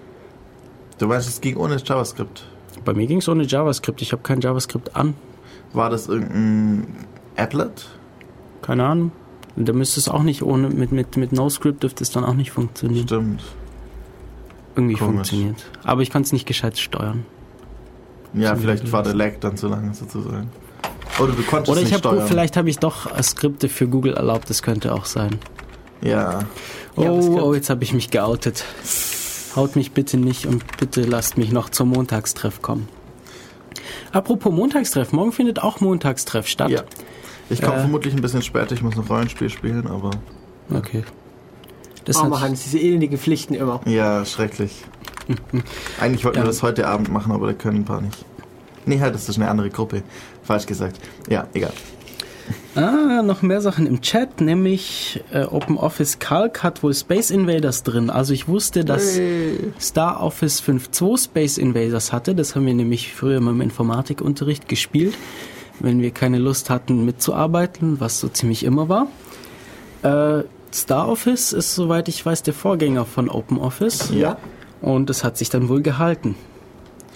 Du meinst, es ging ohne JavaScript. Bei mir ging es ohne JavaScript. Ich habe kein JavaScript an. War das irgendein Applet? Keine Ahnung. Da müsste es auch nicht ohne, mit, mit, mit NoScript dürfte es dann auch nicht funktionieren. Stimmt. Irgendwie Komisch. funktioniert. Aber ich konnte es nicht gescheit steuern. Ja, Zum vielleicht Beispiel. war der Lag dann zu lang sozusagen. Oder du konntest Oder nicht ich habe steuern. vielleicht habe ich doch äh, Skripte für Google erlaubt, das könnte auch sein. Ja. Oh, JavaScript. oh, jetzt habe ich mich geoutet. Haut mich bitte nicht und bitte lasst mich noch zum Montagstreff kommen. Apropos Montagstreff, morgen findet auch Montagstreff statt. Ja. Ich komme Äh. vermutlich ein bisschen später, ich muss noch Rollenspiel spielen, aber Okay. Das Armer hat, Hans, diese elendigen Pflichten immer. ja, schrecklich. Eigentlich wollten Ja. wir das heute Abend machen, aber da können ein paar nicht. Nee, halt, das ist eine andere Gruppe. Falsch gesagt. Ja, egal. ah, noch mehr Sachen im Chat, nämlich äh, OpenOffice Calc hat wohl Space Invaders drin. Also ich wusste, dass Hey. Star Office fünf Punkt zwei Space Invaders hatte. Das haben wir nämlich früher mal im Informatikunterricht gespielt, wenn wir keine Lust hatten mitzuarbeiten, was so ziemlich immer war. Äh, Star Office ist, soweit ich weiß, der Vorgänger von OpenOffice. Ja. Und es hat sich dann wohl gehalten.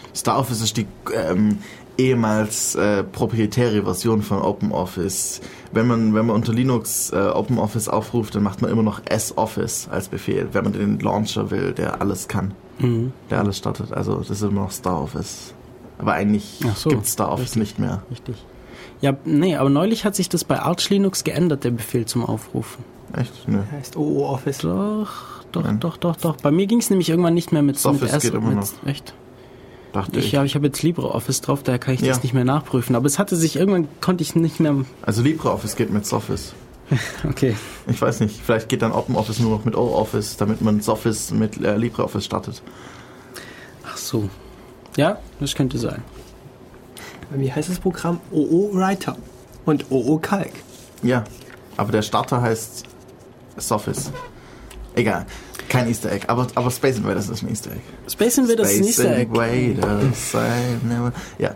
StarOffice ist die ähm, ehemals äh, proprietäre Version von OpenOffice. Wenn man, wenn man unter Linux äh, OpenOffice aufruft, dann macht man immer noch S-Office als Befehl, wenn man den Launcher will, der alles kann, mhm. der alles startet. Also das ist immer noch StarOffice. Aber eigentlich so, gibt es StarOffice nicht mehr. Richtig. Ja, nee, aber neulich hat sich das bei Arch Linux geändert, der Befehl zum Aufrufen. Echt? Nö. Heißt O O Office. Doch, doch, Nein. doch, doch, doch. Bei mir ging es nämlich irgendwann nicht mehr mit, Office mit S. Geht immer mit, noch. Echt? Dachte ich. Ich, ja, ich habe jetzt LibreOffice drauf, daher kann ich ja. das nicht mehr nachprüfen. Aber es hatte sich, irgendwann konnte ich nicht mehr... Also LibreOffice geht mit Soffice. Okay. Ich weiß nicht, vielleicht geht dann OpenOffice nur noch mit OOffice, damit man Soffice mit äh, LibreOffice startet. Ach so. Ja, das könnte sein. Bei mir heißt das Programm O O Writer und O O Calc. Ja, aber der Starter heißt Soffice. Egal. Kein Easter Egg, aber, aber Space Invaders ist ein Easter Egg. Space Invaders ist ein Easter Egg. Invaders, I never... Ja.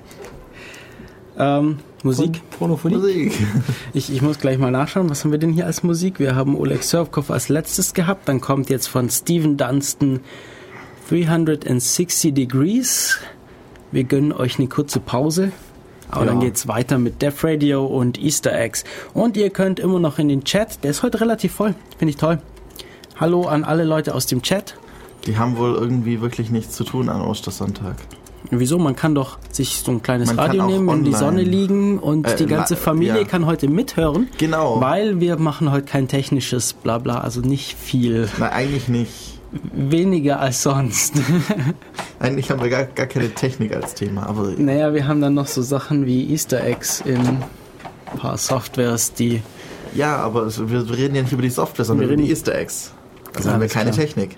Ähm, Musik. Pornophonie. Musik. Ich, ich muss gleich mal nachschauen, was haben wir denn hier als Musik? Wir haben Oleg Surfkov als letztes gehabt, dann kommt jetzt von Steven Dunstan dreihundertsechzig Degrees. Wir gönnen euch eine kurze Pause. Aber ja. Dann geht's weiter mit Def Radio und Easter Eggs. Und ihr könnt immer noch in den Chat, der ist heute relativ voll, finde ich toll. Hallo an alle Leute aus dem Chat. Die haben wohl irgendwie wirklich nichts zu tun an Ostersonntag. Wieso? Man kann doch sich so ein kleines Man Radio nehmen, in die Sonne liegen und äh, die ganze Familie ja. kann heute mithören. Genau. Weil wir machen heute kein technisches Blabla, also nicht viel. Nein, eigentlich nicht. Weniger als sonst. Eigentlich haben wir gar, gar keine Technik als Thema. Aber naja, wir haben dann noch so Sachen wie Easter Eggs in ein paar Softwares, die... Ja, aber wir reden ja nicht über die Software, sondern über die Easter Eggs. Also haben wir keine klar. Technik.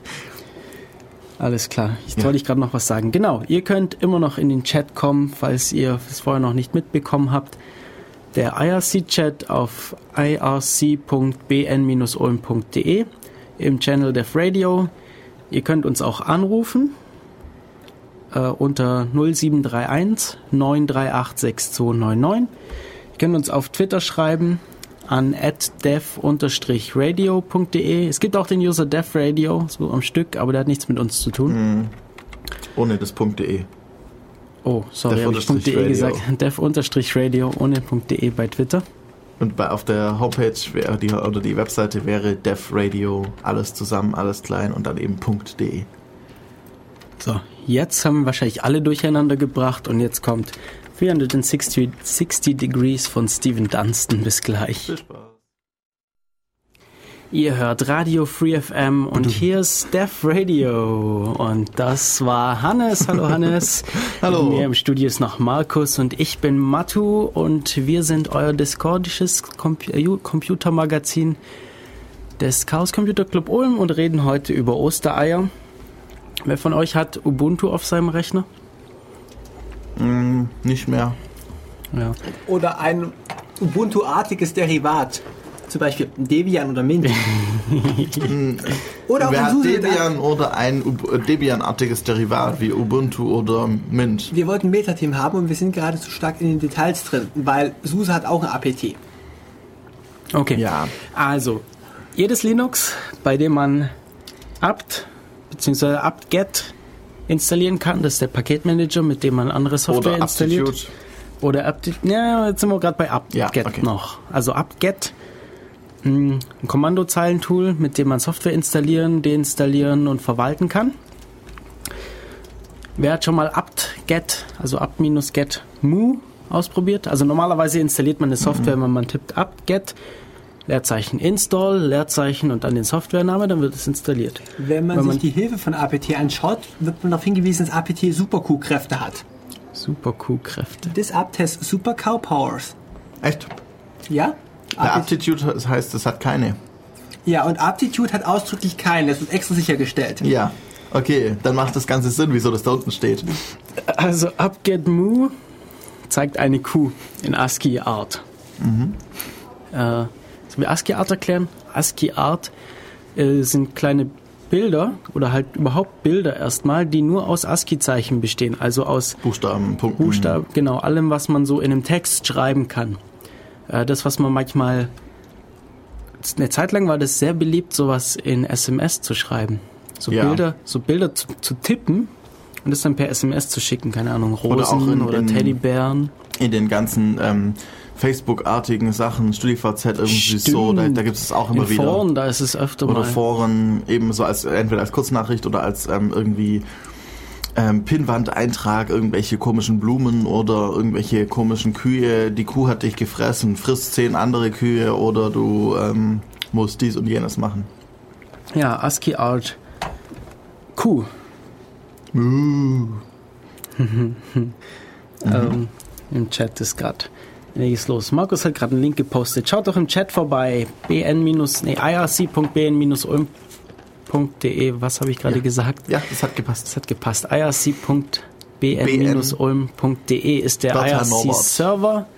Alles klar. Jetzt ja. wollte ich gerade noch was sagen. Genau, ihr könnt immer noch in den Chat kommen, falls ihr es vorher noch nicht mitbekommen habt. Der I R C-Chat auf i r c punkt b n dash ulm punkt d e im Channel Def Radio. Ihr könnt uns auch anrufen äh, unter null sieben drei eins neun drei acht sechs zwei neun neun. Ihr könnt uns auf Twitter schreiben an at def radio punkt d e. Es gibt auch den User defradio, so am Stück, aber der hat nichts mit uns zu tun. Mm. Ohne das .de. Oh, sorry, habe ich .de gesagt. def-radio ohne .de bei Twitter. Und bei, auf der Homepage wäre die, oder die Webseite wäre defradio, alles zusammen, alles klein und dann eben .de. So, jetzt haben wir wahrscheinlich alle durcheinander gebracht und jetzt kommt dreihundertsechzig Degrees von Steven Dunstan. Bis gleich. Viel Spaß. Ihr hört Radio Free F M und hier ist Def Radio und das war Hannes. Hallo Hannes. Hallo. Mit mir im Studio ist noch Markus und ich bin Matu und wir sind euer discordisches Compu- Computermagazin des Chaos Computer Club Ulm und reden heute über Ostereier. Wer von euch hat Ubuntu auf seinem Rechner? Mm, nicht mehr. Ja. Oder ein Ubuntu-artiges Derivat. Zum Beispiel Debian oder Mint. Oder auch Wer ein hat SUSE. Debian oder ein Ub- Debian-artiges Derivat wie Ubuntu oder Mint? Wir wollten ein Metateam haben und wir sind gerade zu stark in den Details drin, weil SUSE hat auch ein A P T. Okay. Ja. Also, jedes Linux, bei dem man apt bzw. apt-get installieren kann, das ist der Paketmanager, mit dem man andere Software Oder installiert. Aptitude. Oder apt-get. Ja, jetzt sind wir gerade bei apt-get Ja, okay. noch. Also apt-get, ein Kommandozeilentool, mit dem man Software installieren, deinstallieren und verwalten kann. Wer hat schon mal apt-get, also apt-get mu ausprobiert? Also normalerweise installiert man eine Software, mhm. wenn man tippt apt-get, Leerzeichen install, Leerzeichen und dann den Softwarename, dann wird es installiert. Wenn man Wenn sich man die Hilfe von A P T anschaut, wird man darauf hingewiesen, dass A P T Super-Q-Kräfte hat. Super-Q-Kräfte. This apt has super cow powers. Echt? Ja? Der Apti- Aptitude das heißt, es hat keine. ja, und Aptitude hat ausdrücklich keine. Das wird extra sichergestellt. Ja. Okay, dann macht das Ganze Sinn, wieso das da unten steht. Also apt-get mu zeigt eine Q in ASCII-Art. Mhm. Äh, sollen wir ASCII-Art erklären? ASCII-Art äh, sind kleine Bilder oder halt überhaupt Bilder erstmal, die nur aus ASCII-Zeichen bestehen, also aus Buchstaben, Punkten. Buchstaben, genau, allem, was man so in einem Text schreiben kann. Äh, das, was man manchmal, eine Zeit lang war das sehr beliebt, sowas in S M S zu schreiben. So Ja. Bilder, so Bilder zu, zu tippen Und das dann per S M S zu schicken, keine Ahnung, Rosen Oder auch in- oder in- Teddybären. In den ganzen ähm, Facebook-artigen Sachen, StudiVZ irgendwie so, da, da gibt es auch immer In wieder. Foren, da ist es öfter Oder mal. Foren, eben so als entweder als Kurznachricht oder als ähm, irgendwie ähm, Pinnwand-Eintrag, irgendwelche komischen Blumen oder irgendwelche komischen Kühe, die Kuh hat dich gefressen, frisst zehn andere Kühe oder du ähm, musst dies und jenes machen. Ja, ASCII Art Q. Uh. Ähm, Im Chat ist gerade einiges los. Markus hat gerade einen Link gepostet. Schaut doch im Chat vorbei. bn- nee, i r c punkt b n dash ulm punkt d e. Was habe ich gerade Ja. gesagt? Ja, das hat gepasst. Das hat gepasst. i r c punkt b n dash ulm punkt d e ist der Bertha I R Norbert. C-Server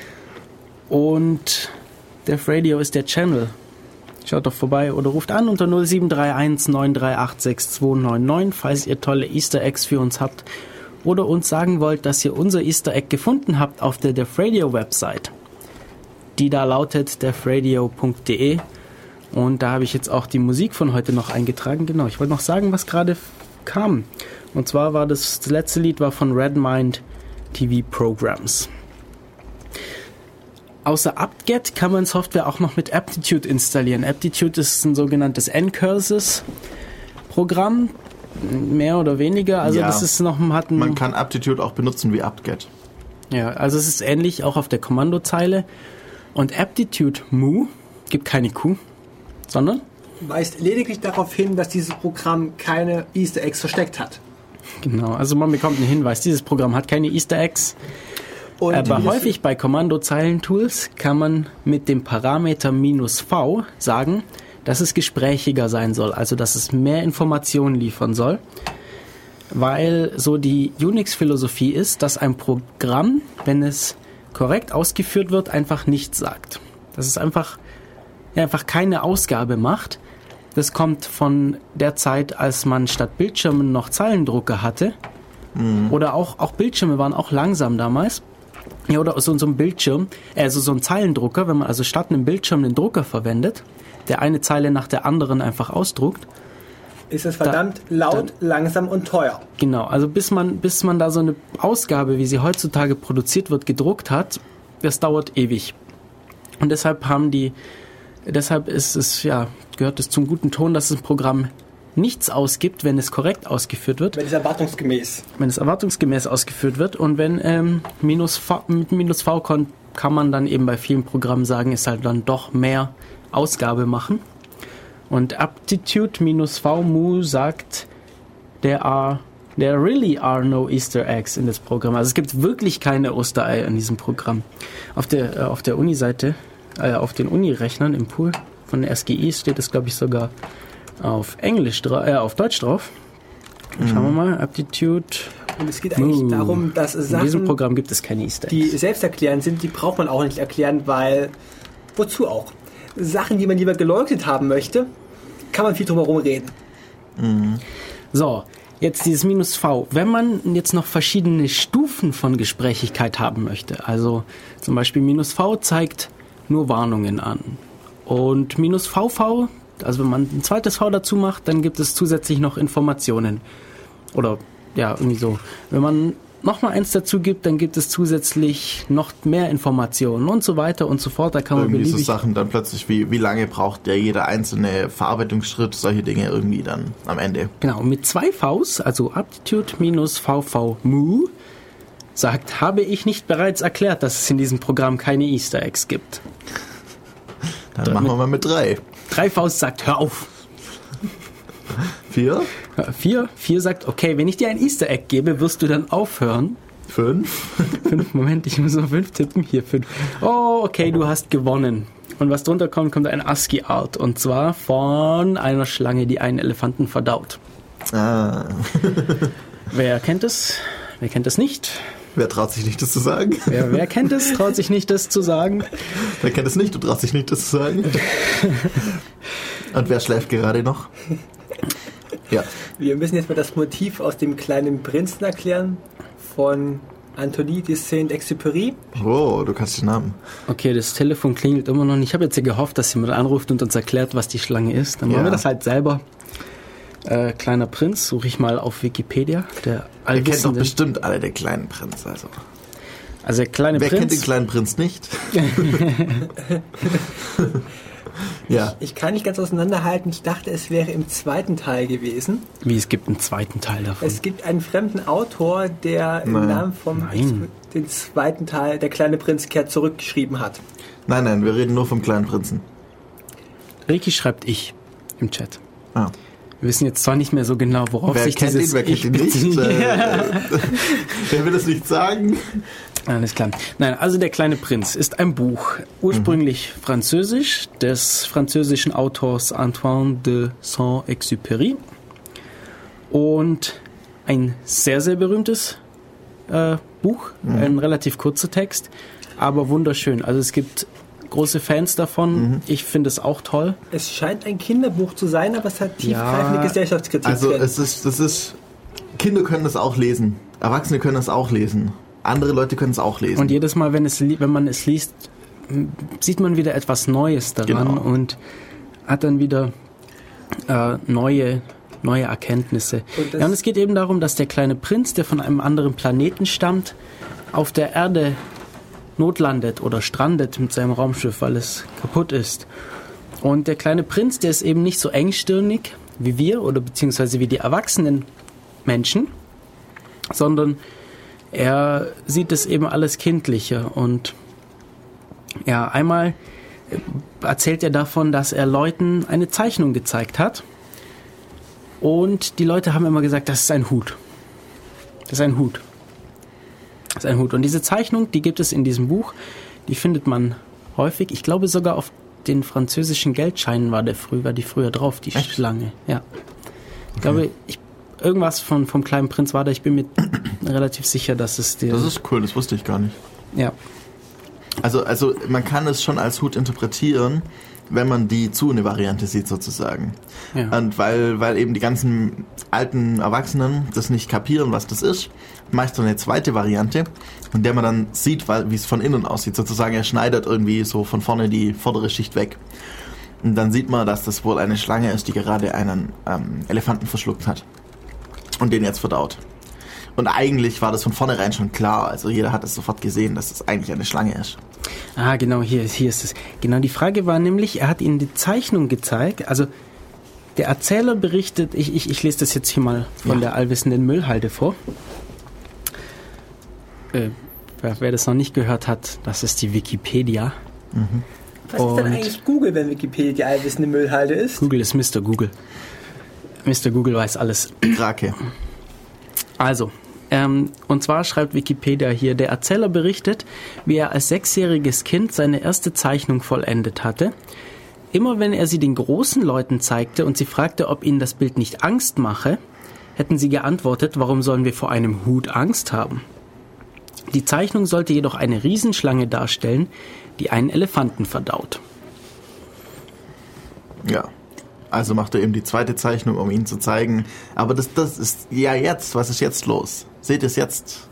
und Def Radio ist der Channel. Schaut doch vorbei oder ruft an unter null sieben drei eins neun drei acht sechs zwei neun neun, falls ihr tolle Easter Eggs für uns habt oder uns sagen wollt, dass ihr unser Easter Egg gefunden habt auf der Def Radio Website. Die da lautet defradio punkt d e und da habe ich jetzt auch die Musik von heute noch eingetragen. Genau, ich wollte noch sagen, was gerade f- kam. Und zwar war das, das letzte Lied war von Redmind T V Programs. Außer apt-get kann man Software auch noch mit Aptitude installieren. Aptitude ist ein sogenanntes N-Curses-Programm, mehr oder weniger. Also Ja. das ist noch hat ein, Man kann Aptitude auch benutzen wie apt-get. ja, also es ist ähnlich auch auf der Kommandozeile. Und Aptitude Mu gibt keine Q, sondern Weist lediglich darauf hin, dass dieses Programm keine Easter Eggs versteckt hat. genau. Also man bekommt einen Hinweis. Dieses Programm hat keine Easter Eggs. Und Aber dieses- häufig bei Kommandozeilentools kann man mit dem Parameter minus V sagen, dass es gesprächiger sein soll, also dass es mehr Informationen liefern soll, weil so die Unix-Philosophie ist, dass ein Programm, wenn es korrekt ausgeführt wird, einfach nichts sagt. Dass es einfach, ja, einfach keine Ausgabe macht. Das kommt von der Zeit, als man statt Bildschirmen noch Zeilendrucker hatte. Oder auch, auch Bildschirme waren auch langsam damals. Ja, oder so, so ein Bildschirm, also so ein Zeilendrucker, wenn man also statt einem Bildschirm einen Drucker verwendet, der eine Zeile nach der anderen einfach ausdruckt. ist es verdammt laut, langsam und teuer. Genau, also bis man, bis man da so eine Ausgabe, wie sie heutzutage produziert wird, gedruckt hat, das dauert ewig. Und deshalb haben die, deshalb ist es, ja, gehört es zum guten Ton, dass ein Programm nichts ausgibt, wenn es korrekt ausgeführt wird. Wenn es erwartungsgemäß. Wenn es erwartungsgemäß ausgeführt wird und wenn ähm, minus V, mit minus V kann, kann man dann eben bei vielen Programmen sagen, ist halt dann doch mehr Ausgabe machen. Und Aptitude minus V Mu sagt, there are, there really are no Easter Eggs in das Programm. Also es gibt wirklich keine Ostereier in diesem Programm. Auf der, äh, auf der Uni-Seite, äh, auf den Uni-Rechnern im Pool von der S G I steht es, glaube ich, sogar auf Englisch, dra- äh, auf Deutsch drauf. Schauen wir mal, Aptitude. Und es geht eigentlich Uh. darum, dass In diesem Sachen, Programm gibt es keine Easter die Eggs. selbsterklärend sind, die braucht man auch nicht erklären, weil wozu auch? Sachen, die man lieber geleugnet haben möchte, kann man viel drum herum reden. So, jetzt dieses minus V. Wenn man jetzt noch verschiedene Stufen von Gesprächigkeit haben möchte, also zum Beispiel minus V zeigt nur Warnungen an. Und minus V V, also wenn man ein zweites V dazu macht, dann gibt es zusätzlich noch Informationen. Oder ja, irgendwie so. Wenn man nochmal eins dazu gibt, dann gibt es zusätzlich noch mehr Informationen und so weiter und so fort. Da kann man Irgendwie so beliebig... Sachen dann plötzlich, wie, wie lange braucht der jeder einzelne Verarbeitungsschritt, solche Dinge irgendwie dann am Ende. Genau, mit zwei Vs, also Aptitude minus V V Mu, sagt, habe ich nicht bereits erklärt, dass es in diesem Programm keine Easter Eggs gibt. Dann machen wir mal mit drei. Drei Vs sagt, hör auf. Vier, Vier, vier sagt, okay, wenn ich dir ein Easter Egg gebe, wirst du dann aufhören. fünf. Fünf, Moment, ich muss noch fünf tippen. Hier, fünf. Oh, okay, du hast gewonnen. Und was drunter kommt, kommt ein ASCII Art. Und zwar von einer Schlange, die einen Elefanten verdaut. Ah. Wer kennt es? Wer kennt es nicht? Wer traut sich nicht, das zu sagen? Wer, wer kennt es, traut sich nicht, das zu sagen? Wer kennt es nicht und traut sich nicht, das zu sagen? Und wer schläft gerade noch? Ja. Wir müssen jetzt mal das Motiv aus dem kleinen Prinzen erklären von Antonie de Saint-Exupéry. Oh, du kannst den Namen. Okay, das Telefon klingelt immer noch nicht. Ich habe jetzt hier gehofft, dass jemand anruft und uns erklärt, was die Schlange ist. Dann machen Ja. wir das halt selber. Äh, Kleiner Prinz, suche ich mal auf Wikipedia. Der Ihr kennt doch bestimmt alle den kleinen Prinz. Also, also der kleine Wer Prinz. kennt den kleinen Prinz nicht? Ja. Ich, ich kann nicht ganz auseinanderhalten. Ich dachte, es wäre im zweiten Teil gewesen. Wie, es gibt einen zweiten Teil davon? Es gibt einen fremden Autor, der Nein. im Namen vom Nein. den zweiten Teil, der kleine Prinz kehrt zurück, geschrieben hat. Nein, nein, wir reden nur vom kleinen Prinzen. Ricky schreibt ich im Chat. Ah. Wir wissen jetzt zwar nicht mehr so genau, worauf Wer sich kennt dieses ihn, wer kennt Ich ihn nicht? bezieht. Äh, wer will das nicht sagen? Alles klar. Nein, also der kleine Prinz ist ein Buch, ursprünglich mhm. französisch, des französischen Autors Antoine de Saint-Exupéry. Und ein sehr, sehr berühmtes äh, Buch, mhm. ein relativ kurzer Text, aber wunderschön. Also es gibt große Fans davon. Mhm. Ich finde es auch toll. Es scheint ein Kinderbuch zu sein, aber es hat tiefgreifende Ja, Gesellschaftskritik. Also drin. es ist, das ist, Kinder können das auch lesen, Erwachsene können das auch lesen, andere Leute können es auch lesen. Und jedes Mal, wenn, es, wenn man es liest, sieht man wieder etwas Neues daran Genau. und hat dann wieder äh, neue, neue Erkenntnisse. Und das- ja, und es geht eben darum, dass der kleine Prinz, der von einem anderen Planeten stammt, auf der Erde notlandet oder strandet mit seinem Raumschiff, weil es kaputt ist. Und der kleine Prinz, der ist eben nicht so engstirnig wie wir oder beziehungsweise wie die erwachsenen Menschen, sondern er sieht es eben alles kindlicher. Und ja, einmal erzählt er davon, dass er Leuten eine Zeichnung gezeigt hat. Und die Leute haben immer gesagt, das ist ein Hut. Das ist ein Hut. Das ist ein Hut. Und diese Zeichnung, die gibt es in diesem Buch. Die findet man häufig. Ich glaube sogar auf den französischen Geldscheinen war der früher, war die früher drauf, die Echt? Schlange. Ja. Ich glaube, ich, irgendwas von, vom kleinen Prinz war da. Ich bin mir relativ sicher, dass es der... Das ist cool, das wusste ich gar nicht. ja. Also, also man kann es schon als Hut interpretieren, wenn man die Zune-Variante sieht sozusagen. Ja. Und weil, weil eben die ganzen alten Erwachsenen das nicht kapieren, was das ist, meist so eine zweite Variante, in der man dann sieht, weil, wie es von innen aussieht. Sozusagen, er schneidet irgendwie so von vorne die vordere Schicht weg. Und dann sieht man, dass das wohl eine Schlange ist, die gerade einen ähm, Elefanten verschluckt hat. Und den jetzt verdaut. Und eigentlich war das von vornherein schon klar. Also jeder hat es sofort gesehen, dass das eigentlich eine Schlange ist. Ah, genau, hier, hier ist es. Genau, die Frage war nämlich, er hat ihnen die Zeichnung gezeigt. Also der Erzähler berichtet, ich, ich, ich lese das jetzt hier mal von Ja. der allwissenden Müllhalde vor. Äh, wer, wer das noch nicht gehört hat, das ist die Wikipedia. Was ist denn und- eigentlich Google, wenn Wikipedia die allwissende Müllhalde ist? Google ist Mister Google. Mister Google weiß alles. Krake. Also, ähm, und zwar schreibt Wikipedia hier, der Erzähler berichtet, wie er als sechsjähriges Kind seine erste Zeichnung vollendet hatte. Immer wenn er sie den großen Leuten zeigte und sie fragte, ob ihnen das Bild nicht Angst mache, hätten sie geantwortet, warum sollen wir vor einem Hut Angst haben? Die Zeichnung sollte jedoch eine Riesenschlange darstellen, die einen Elefanten verdaut. Ja. Also macht er eben die zweite Zeichnung, um ihn zu zeigen. Aber das, das ist ja jetzt. Was ist jetzt los? Seht ihr es jetzt?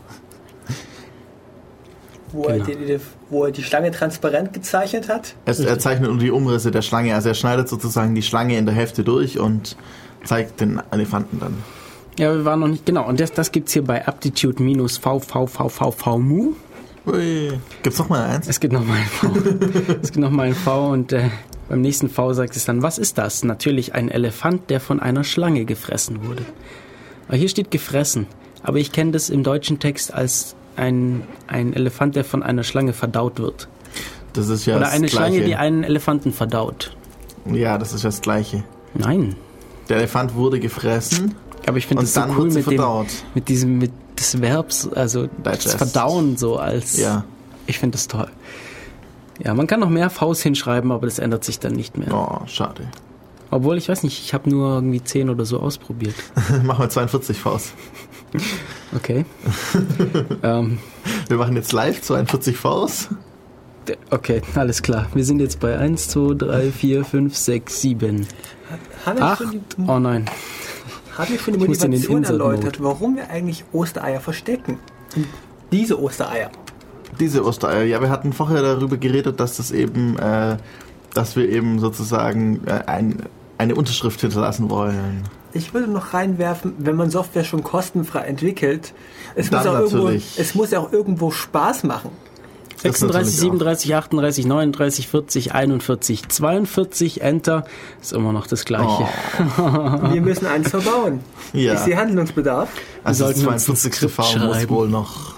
Wo, er Genau. die, wo er die Schlange transparent gezeichnet hat? Es, er zeichnet nur die Umrisse der Schlange. Also er schneidet sozusagen die Schlange in der Hälfte durch und zeigt den Elefanten dann. Ja, wir waren noch nicht, genau, und das, das gibt's hier bei Aptitude-V V V V V Mu. Ui. Gibt's noch mal eins? Es gibt noch mal ein V. Es gibt noch mal ein V und äh, beim nächsten V sagt es dann, was ist das? Natürlich ein Elefant, der von einer Schlange gefressen wurde. Aber hier steht gefressen. Aber ich kenne das im deutschen Text als ein, ein Elefant, der von einer Schlange verdaut wird. Das ist ja Oder das eine Gleiche. Schlange, die einen Elefanten verdaut. Ja, das ist ja das Gleiche. Nein. Der Elefant wurde gefressen Aber ich finde und das so dann cool wird sie mit dem, verdaut. mit diesem, mit des Verbs, also das Digest. Verdauen so als, Ja. ich finde das toll. Ja, man kann noch mehr Vs hinschreiben, aber das ändert sich dann nicht mehr. Oh, schade. Obwohl, ich weiß nicht, ich habe nur irgendwie zehn oder so ausprobiert. Machen wir zweiundvierzig Vs. Okay. ähm, Wir machen jetzt live zweiundvierzig Vs. d- okay, alles klar. Wir sind jetzt bei eins, zwei, drei, vier, fünf, sechs, sieben, Haben wir acht. schon die, Oh nein. haben wir schon die Ich muss in den Motivation Insert-Mode. erläutert, warum wir eigentlich Ostereier verstecken? Diese Ostereier. Diese Ostereier. Ja, wir hatten vorher darüber geredet, dass das eben, äh, dass wir eben sozusagen äh, ein, eine Unterschrift hinterlassen wollen. Ich würde noch reinwerfen, wenn man Software schon kostenfrei entwickelt, es, muss, Dann auch irgendwo, natürlich. es muss ja auch irgendwo Spaß machen. sechsunddreißig, siebenunddreißig, achtunddreißig, neununddreißig, vierzig, einundvierzig, zweiundvierzig, Enter, ist immer noch das Gleiche. Oh. Wir müssen eins verbauen. Ja. Ich sehe Handlungsbedarf. Also das sollten uns ein zweiundvierzigste Skript V muss schreiben. wohl noch...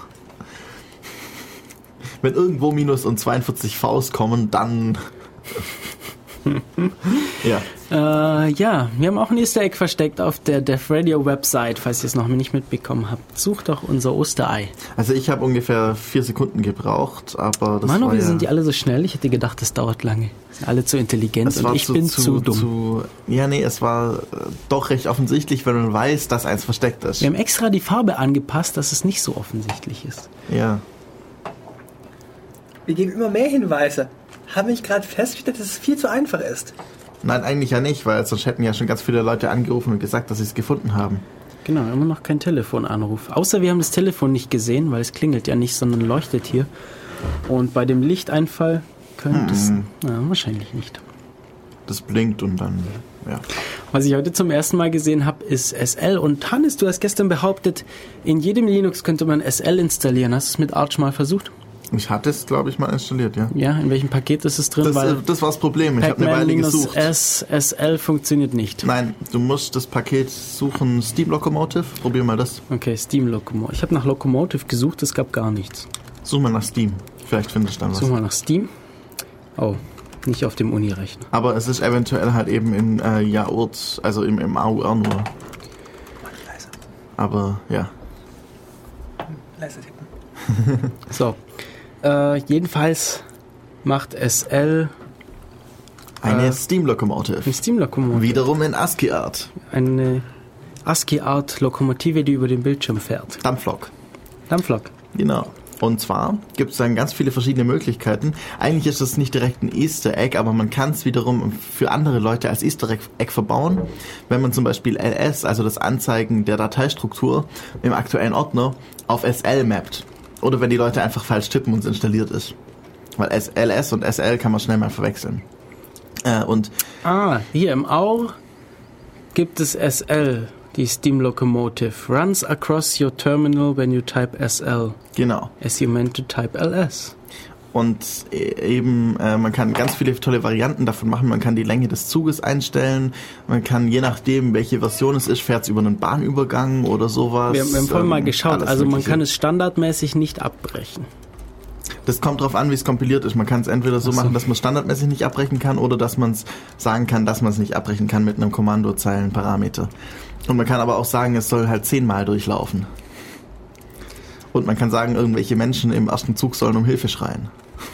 Wenn irgendwo Minus und zweiundvierzig Vs kommen, dann... ja. Äh, ja, wir haben auch ein Easter Egg versteckt auf der Dev Radio Website, falls ihr es noch nicht mitbekommen habt. Sucht doch unser Osterei. Also ich habe ungefähr vier Sekunden gebraucht, aber das Manu, war wie ja... sind die alle so schnell? Ich hätte gedacht, das dauert lange. Sind alle zu intelligent Es und war ich bin zu, dumm. Zu, ja, nee, es war äh, doch recht offensichtlich, wenn man weiß, dass eins versteckt ist. Wir haben extra die Farbe angepasst, dass es nicht so offensichtlich ist. Ja. Wir geben immer mehr Hinweise. Habe ich gerade festgestellt, dass es viel zu einfach ist. Nein, eigentlich ja nicht, weil sonst hätten ja schon ganz viele Leute angerufen und gesagt, dass sie es gefunden haben. Genau, immer noch kein Telefonanruf. Außer wir haben das Telefon nicht gesehen, weil es klingelt ja nicht, sondern leuchtet hier. Und bei dem Lichteinfall könnte es... Hm. Na, wahrscheinlich nicht. Das blinkt und dann, ja. Was ich heute zum ersten Mal gesehen habe, ist S L. Und Hannes, du hast gestern behauptet, in jedem Linux könnte man S L installieren. Hast du es mit Arch mal versucht? Ich hatte es, glaube ich, mal installiert, ja. Ja, in welchem Paket ist es drin? Das, Weil äh, das war das Problem. Ich habe eine Weile gesucht. S, S L funktioniert nicht. Nein, du musst das Paket suchen, Steam Locomotive. Probier mal das. Okay, Steam Locomotive. Ich habe nach Locomotive gesucht, es gab gar nichts. Such mal nach Steam. Vielleicht findest du dann was. Such mal nach Steam. Oh, nicht auf dem Uni-Rechner. Aber es ist eventuell halt eben in äh, Jaurt, also im, im A U R nur. Aber ja. Leise tippen. So. Äh, jedenfalls macht S L Eine Äh, Steam Locomotive. eine Steam Locomotive. Wiederum in ASCII Art. Eine ASCII-Art Lokomotive, die über den Bildschirm fährt. Dampflok. Dampflok. Genau. Und zwar gibt es dann ganz viele verschiedene Möglichkeiten. Eigentlich ist das nicht direkt ein Easter Egg, aber man kann es wiederum für andere Leute als Easter Egg verbauen. Wenn man zum Beispiel L S, also das Anzeigen der Dateistruktur im aktuellen Ordner, auf S L mappt. Oder wenn die Leute einfach falsch tippen und es installiert ist. Weil L S und S L kann man schnell mal verwechseln. Äh, und Ah, hier im A U R gibt es S L, die Steam Locomotive. Runs across your terminal when you type S L. genau. As you meant to type L S. Und eben, äh, man kann ganz viele tolle Varianten davon machen. Man kann die Länge des Zuges einstellen. Man kann, je nachdem, welche Version es ist, fährt es über einen Bahnübergang oder sowas. Wir, wir haben vorhin ähm, mal geschaut, alles also man Mögliche. kann es standardmäßig nicht abbrechen. Das kommt drauf an, wie es kompiliert ist. Man kann es entweder so Ach so. machen, dass man es standardmäßig nicht abbrechen kann, oder dass man es sagen kann, dass man es nicht abbrechen kann mit einem Kommandozeilenparameter. Und man kann aber auch sagen, es soll halt zehnmal durchlaufen. Und man kann sagen, irgendwelche Menschen im ersten Zug sollen um Hilfe schreien.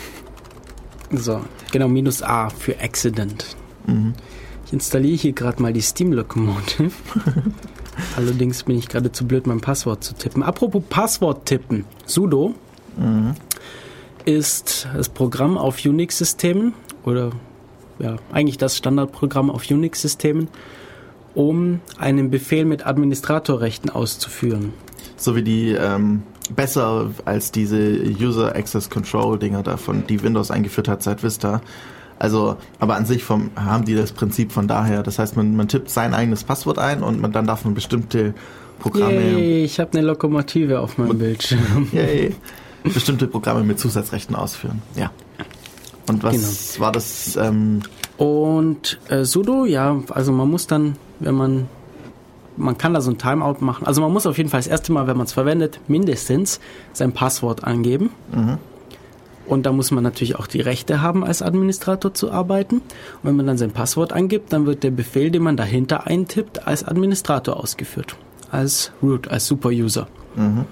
So, genau, minus A für Accident. Mhm. Ich installiere hier gerade mal die Steam Locomotive. Allerdings bin ich gerade zu blöd, mein Passwort zu tippen. Apropos Passwort tippen. Sudo Mhm. ist das Programm auf Unix-Systemen oder ja, eigentlich das Standardprogramm auf Unix-Systemen, um einen Befehl mit Administratorrechten auszuführen. So wie die, ähm, besser als diese User Access Control Dinger davon, die Windows eingeführt hat seit Vista. Also, aber an sich vom, haben die das Prinzip von daher. Das heißt, man, man tippt sein eigenes Passwort ein und man, dann darf man bestimmte Programme, Yay, ich habe eine Lokomotive auf meinem Bildschirm. yay, bestimmte Programme mit Zusatzrechten ausführen. Ja. Und was war das? Ähm, Und äh, sudo, ja, also man muss dann, wenn man, man kann da so ein Timeout machen. Also man muss auf jeden Fall das erste Mal, wenn man es verwendet, mindestens sein Passwort angeben. mhm. Und da muss man natürlich auch die Rechte haben, als Administrator zu arbeiten. Und wenn man dann sein Passwort angibt, dann wird der Befehl, den man dahinter eintippt, als Administrator ausgeführt. Als Root, als Superuser. Mhm.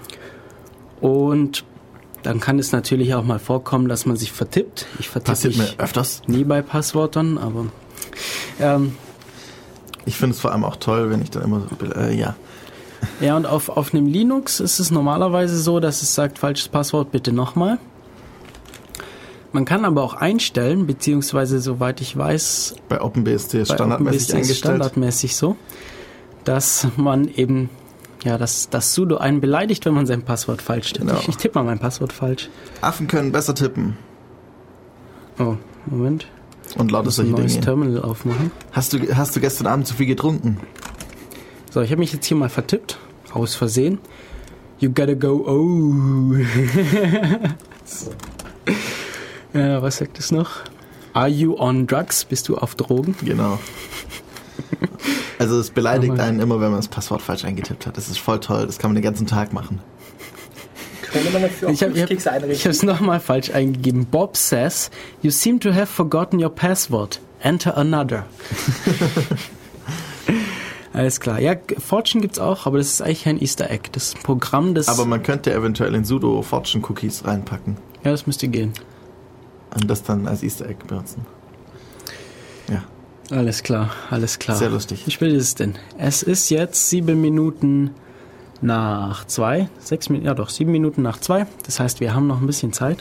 Und dann kann es natürlich auch mal vorkommen, dass man sich vertippt. Ich vertippe Passiert mich mir öfters. nie bei Passwörtern, aber ähm, Ich finde es vor allem auch toll, wenn ich dann immer, äh, ja. ja, und auf, auf einem Linux ist es normalerweise so, dass es sagt, falsches Passwort, bitte nochmal. Man kann aber auch einstellen, beziehungsweise soweit ich weiß, Bei OpenBSD ist bei standardmäßig OpenBSD ist eingestellt. standardmäßig so, dass man eben, ja, dass das Sudo einen beleidigt, wenn man sein Passwort falsch tippt. Genau. Ich, ich tippe mal mein Passwort falsch. Affen können besser tippen. Oh, Moment. Und lauter Ich muss ein solche neues Dinge. Terminal aufmachen. Hast du, hast du gestern Abend zu viel getrunken? So, ich habe mich jetzt hier mal vertippt, aus Versehen. You gotta go, oh. Ja, was sagt es noch? Are you on drugs? Bist du auf Drogen? Genau. Also es beleidigt Aber- einen immer, wenn man das Passwort falsch eingetippt hat. Das ist voll toll, das kann man den ganzen Tag machen. Könnte man dafür auch Ich habe Glückskekse ich hab, ich einrichten. es nochmal falsch eingegeben. Bob says, you seem to have forgotten your password. Enter another. Alles klar. Ja, Fortune gibt's auch, aber das ist eigentlich kein Easter Egg. Das ist ein Programm, das... Aber man könnte eventuell in sudo Fortune Cookies reinpacken ja, das müsste gehen. und das dann als Easter Egg benutzen. Ja, Alles klar, alles klar. sehr lustig. Wie spät ist es denn? Es ist jetzt sieben Minuten nach zwei. Sechs Minuten, ja doch, sieben Minuten nach zwei. Das heißt, wir haben noch ein bisschen Zeit.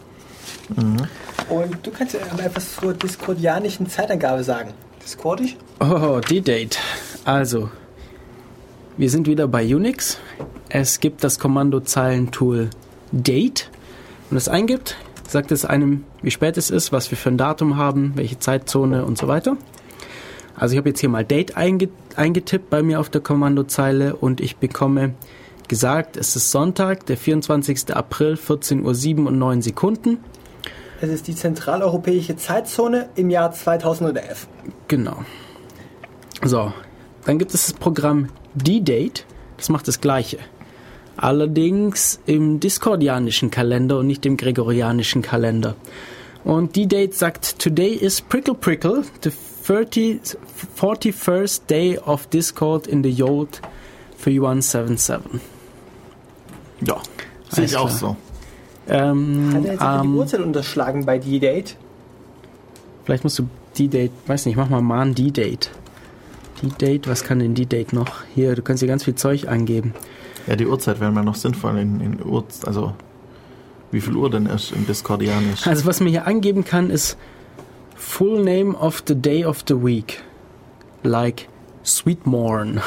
Und du kannst ja etwas zur diskordianischen Zeitangabe sagen. Discordisch? Oh, D-Date. Also, wir sind wieder bei Unix. Es gibt das Kommandozeilentool Date. Wenn es eingibt, sagt es einem, wie spät es ist, was wir für ein Datum haben, welche Zeitzone und so weiter. Also ich habe jetzt hier mal Date einge- eingetippt bei mir auf der Kommandozeile und ich bekomme gesagt, es ist Sonntag, der vierundzwanzigster April, vierzehn Uhr sieben und neun Sekunden. Es ist die zentraleuropäische Zeitzone im Jahr zweitausendelf. Genau. So, dann gibt es das Programm D-Date, das macht das Gleiche. Allerdings im diskordianischen Kalender und nicht im gregorianischen Kalender. Und D-Date sagt, today is Prickle Prickle, the thirtieth, forty-first day of Discord in the old three one seven seven. Ja, sehe Alles ich auch klar. so. Ähm, Hat er jetzt einfach die ähm, Uhrzeit unterschlagen bei D-Date? vielleicht musst du D-Date, weiß nicht, mach mal mal ein D-Date. D-Date, was kann denn D-Date noch? Hier, du kannst hier ganz viel Zeug angeben. Ja, die Uhrzeit wäre mir noch sinnvoll in, in Uhr, also wie viel Uhr denn ist im Discordianisch? Also was man hier angeben kann, ist Full Name of the Day of the Week. Like Sweet Morn.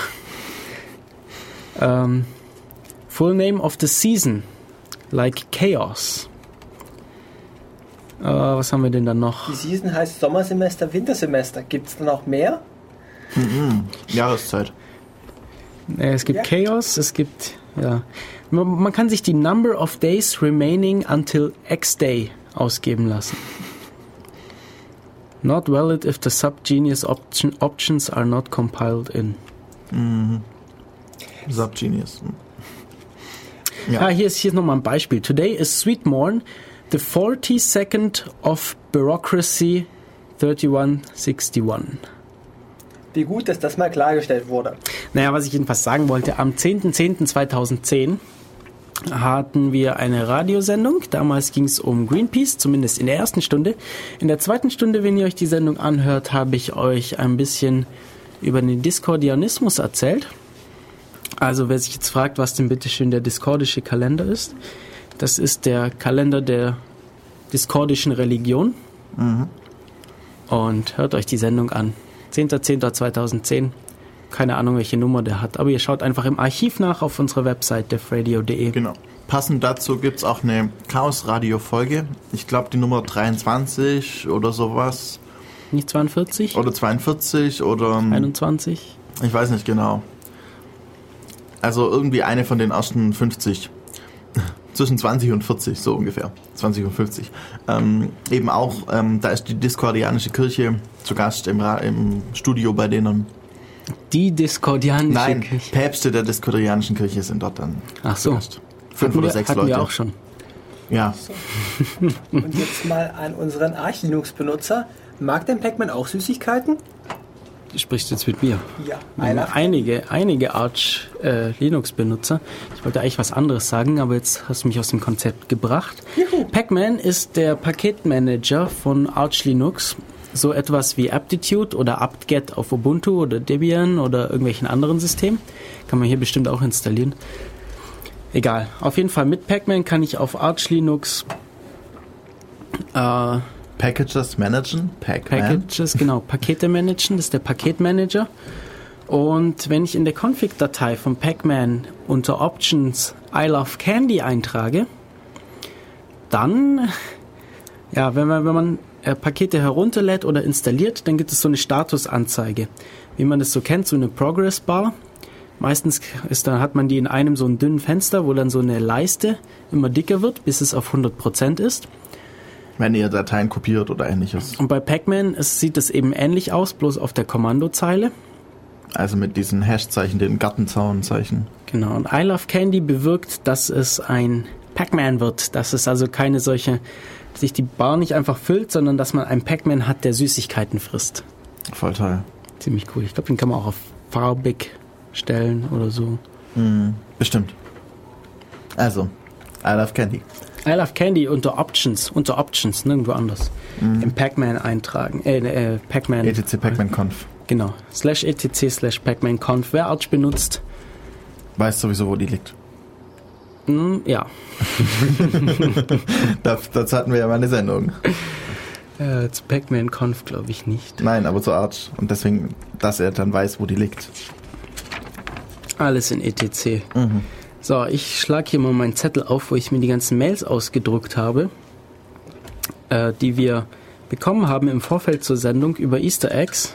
ähm, Full Name of the Season. Like Chaos. Äh, was haben wir denn dann noch? Die Season heißt Sommersemester, Wintersemester. Gibt es dann auch mehr? Jahreszeit. Äh, es gibt Ja. Chaos, es gibt, ja. Man, man kann sich die Number of Days remaining until X Day ausgeben lassen. Not valid if the subgenius option, options are not compiled in. Subgenius. Ja. Ah, hier ist, hier ist nochmal ein Beispiel. Today is Sweet Morn, the forty-second of Bureaucracy thirty-one sixty-one. Wie gut, dass das mal klargestellt wurde. Naja, was ich jedenfalls sagen wollte, am zehnten zehnten zweitausendzehn hatten wir eine Radiosendung. Damals ging es um Greenpeace, zumindest in der ersten Stunde. In der zweiten Stunde, wenn ihr euch die Sendung anhört, habe ich euch ein bisschen über den Diskordianismus erzählt. Also wer sich jetzt fragt, was denn bitteschön der diskordische Kalender ist, das ist der Kalender der diskordischen Religion. Und hört euch die Sendung an. zehnter zehnter zweitausendzehn. Keine Ahnung, welche Nummer der hat, aber ihr schaut einfach im Archiv nach auf unserer Website defradio punkt de. Genau. Passend dazu gibt es auch eine Chaos-Radio-Folge. Ich glaube, die Nummer dreiundzwanzig oder sowas. Nicht zweiundvierzig? Oder zweiundvierzig oder... einundzwanzig? Ich weiß nicht genau. Also irgendwie eine von den ersten fünfzig. Zwischen zwanzig und vierzig, so ungefähr. zwanzig und fünfzig. Ähm, eben auch, ähm, da ist die diskordianische Kirche zu Gast im, Ra- im Studio bei denen. Die diskordianische Nein, Kirche. Päpste der diskordianischen Kirche sind dort dann Ach zu so. Gast. Fünf Hatten oder wir, sechs hatten Leute. wir auch schon. Ja, Und jetzt mal an unseren Arch-Linux-Benutzer. Mag denn Pac-Man auch Süßigkeiten? Du sprichst jetzt mit mir. Ja. Wir haben einige, einige Arch äh, Linux-Benutzer. Ich wollte eigentlich was anderes sagen, aber jetzt hast du mich aus dem Konzept gebracht. Juhu. Pacman ist der Paketmanager von Arch Linux. So etwas wie Aptitude oder apt-get auf Ubuntu oder Debian oder irgendwelchen anderen Systemen. Kann man hier bestimmt auch installieren. Egal. Auf jeden Fall mit Pacman kann ich auf Arch Linux äh, Packages managen, Pac-Man. Packages, genau, Pakete managen, das ist der Paketmanager. Und wenn ich in der Config-Datei von Pacman unter Options I love Candy eintrage, dann, ja, wenn man, wenn man äh, Pakete herunterlädt oder installiert, dann gibt es so eine Statusanzeige. Wie man das so kennt, so eine Progress-Bar. Meistens ist, dann hat man die in einem so einen dünnen Fenster, wo dann so eine Leiste immer dicker wird, bis es auf hundert Prozent ist. Wenn ihr Dateien kopiert oder ähnliches. Und bei Pac-Man es sieht es eben ähnlich aus, bloß auf der Kommandozeile. Also mit diesen Hashzeichen, den Gartenzaunzeichen. Genau, und I Love Candy bewirkt, dass es ein Pac-Man wird. Dass es also keine solche, dass sich die Bar nicht einfach füllt, sondern dass man einen Pac-Man hat, der Süßigkeiten frisst. Voll toll. Ziemlich cool. Ich glaube, den kann man auch auf farbig stellen oder so. Mhm, bestimmt. Also, I Love Candy. I Love Candy unter Options, unter Options, nirgendwo anders. Mhm. Im Pac-Man eintragen. Äh, äh Pac-Man. etc Pac-Man Conf. Genau. Slash etc slash Pac-Man Conf. Wer Arch benutzt, weiß sowieso, wo die liegt. Mm, ja. das, das hatten wir ja mal eine Sendung. Äh, zu Pac-Man Conf glaube ich nicht. Nein, aber zu Arch. Und deswegen, dass er dann weiß, wo die liegt. Alles in et cetera. Mhm. So, ich schlage hier mal meinen Zettel auf, wo ich mir die ganzen Mails ausgedruckt habe, äh, die wir bekommen haben im Vorfeld zur Sendung über Easter Eggs.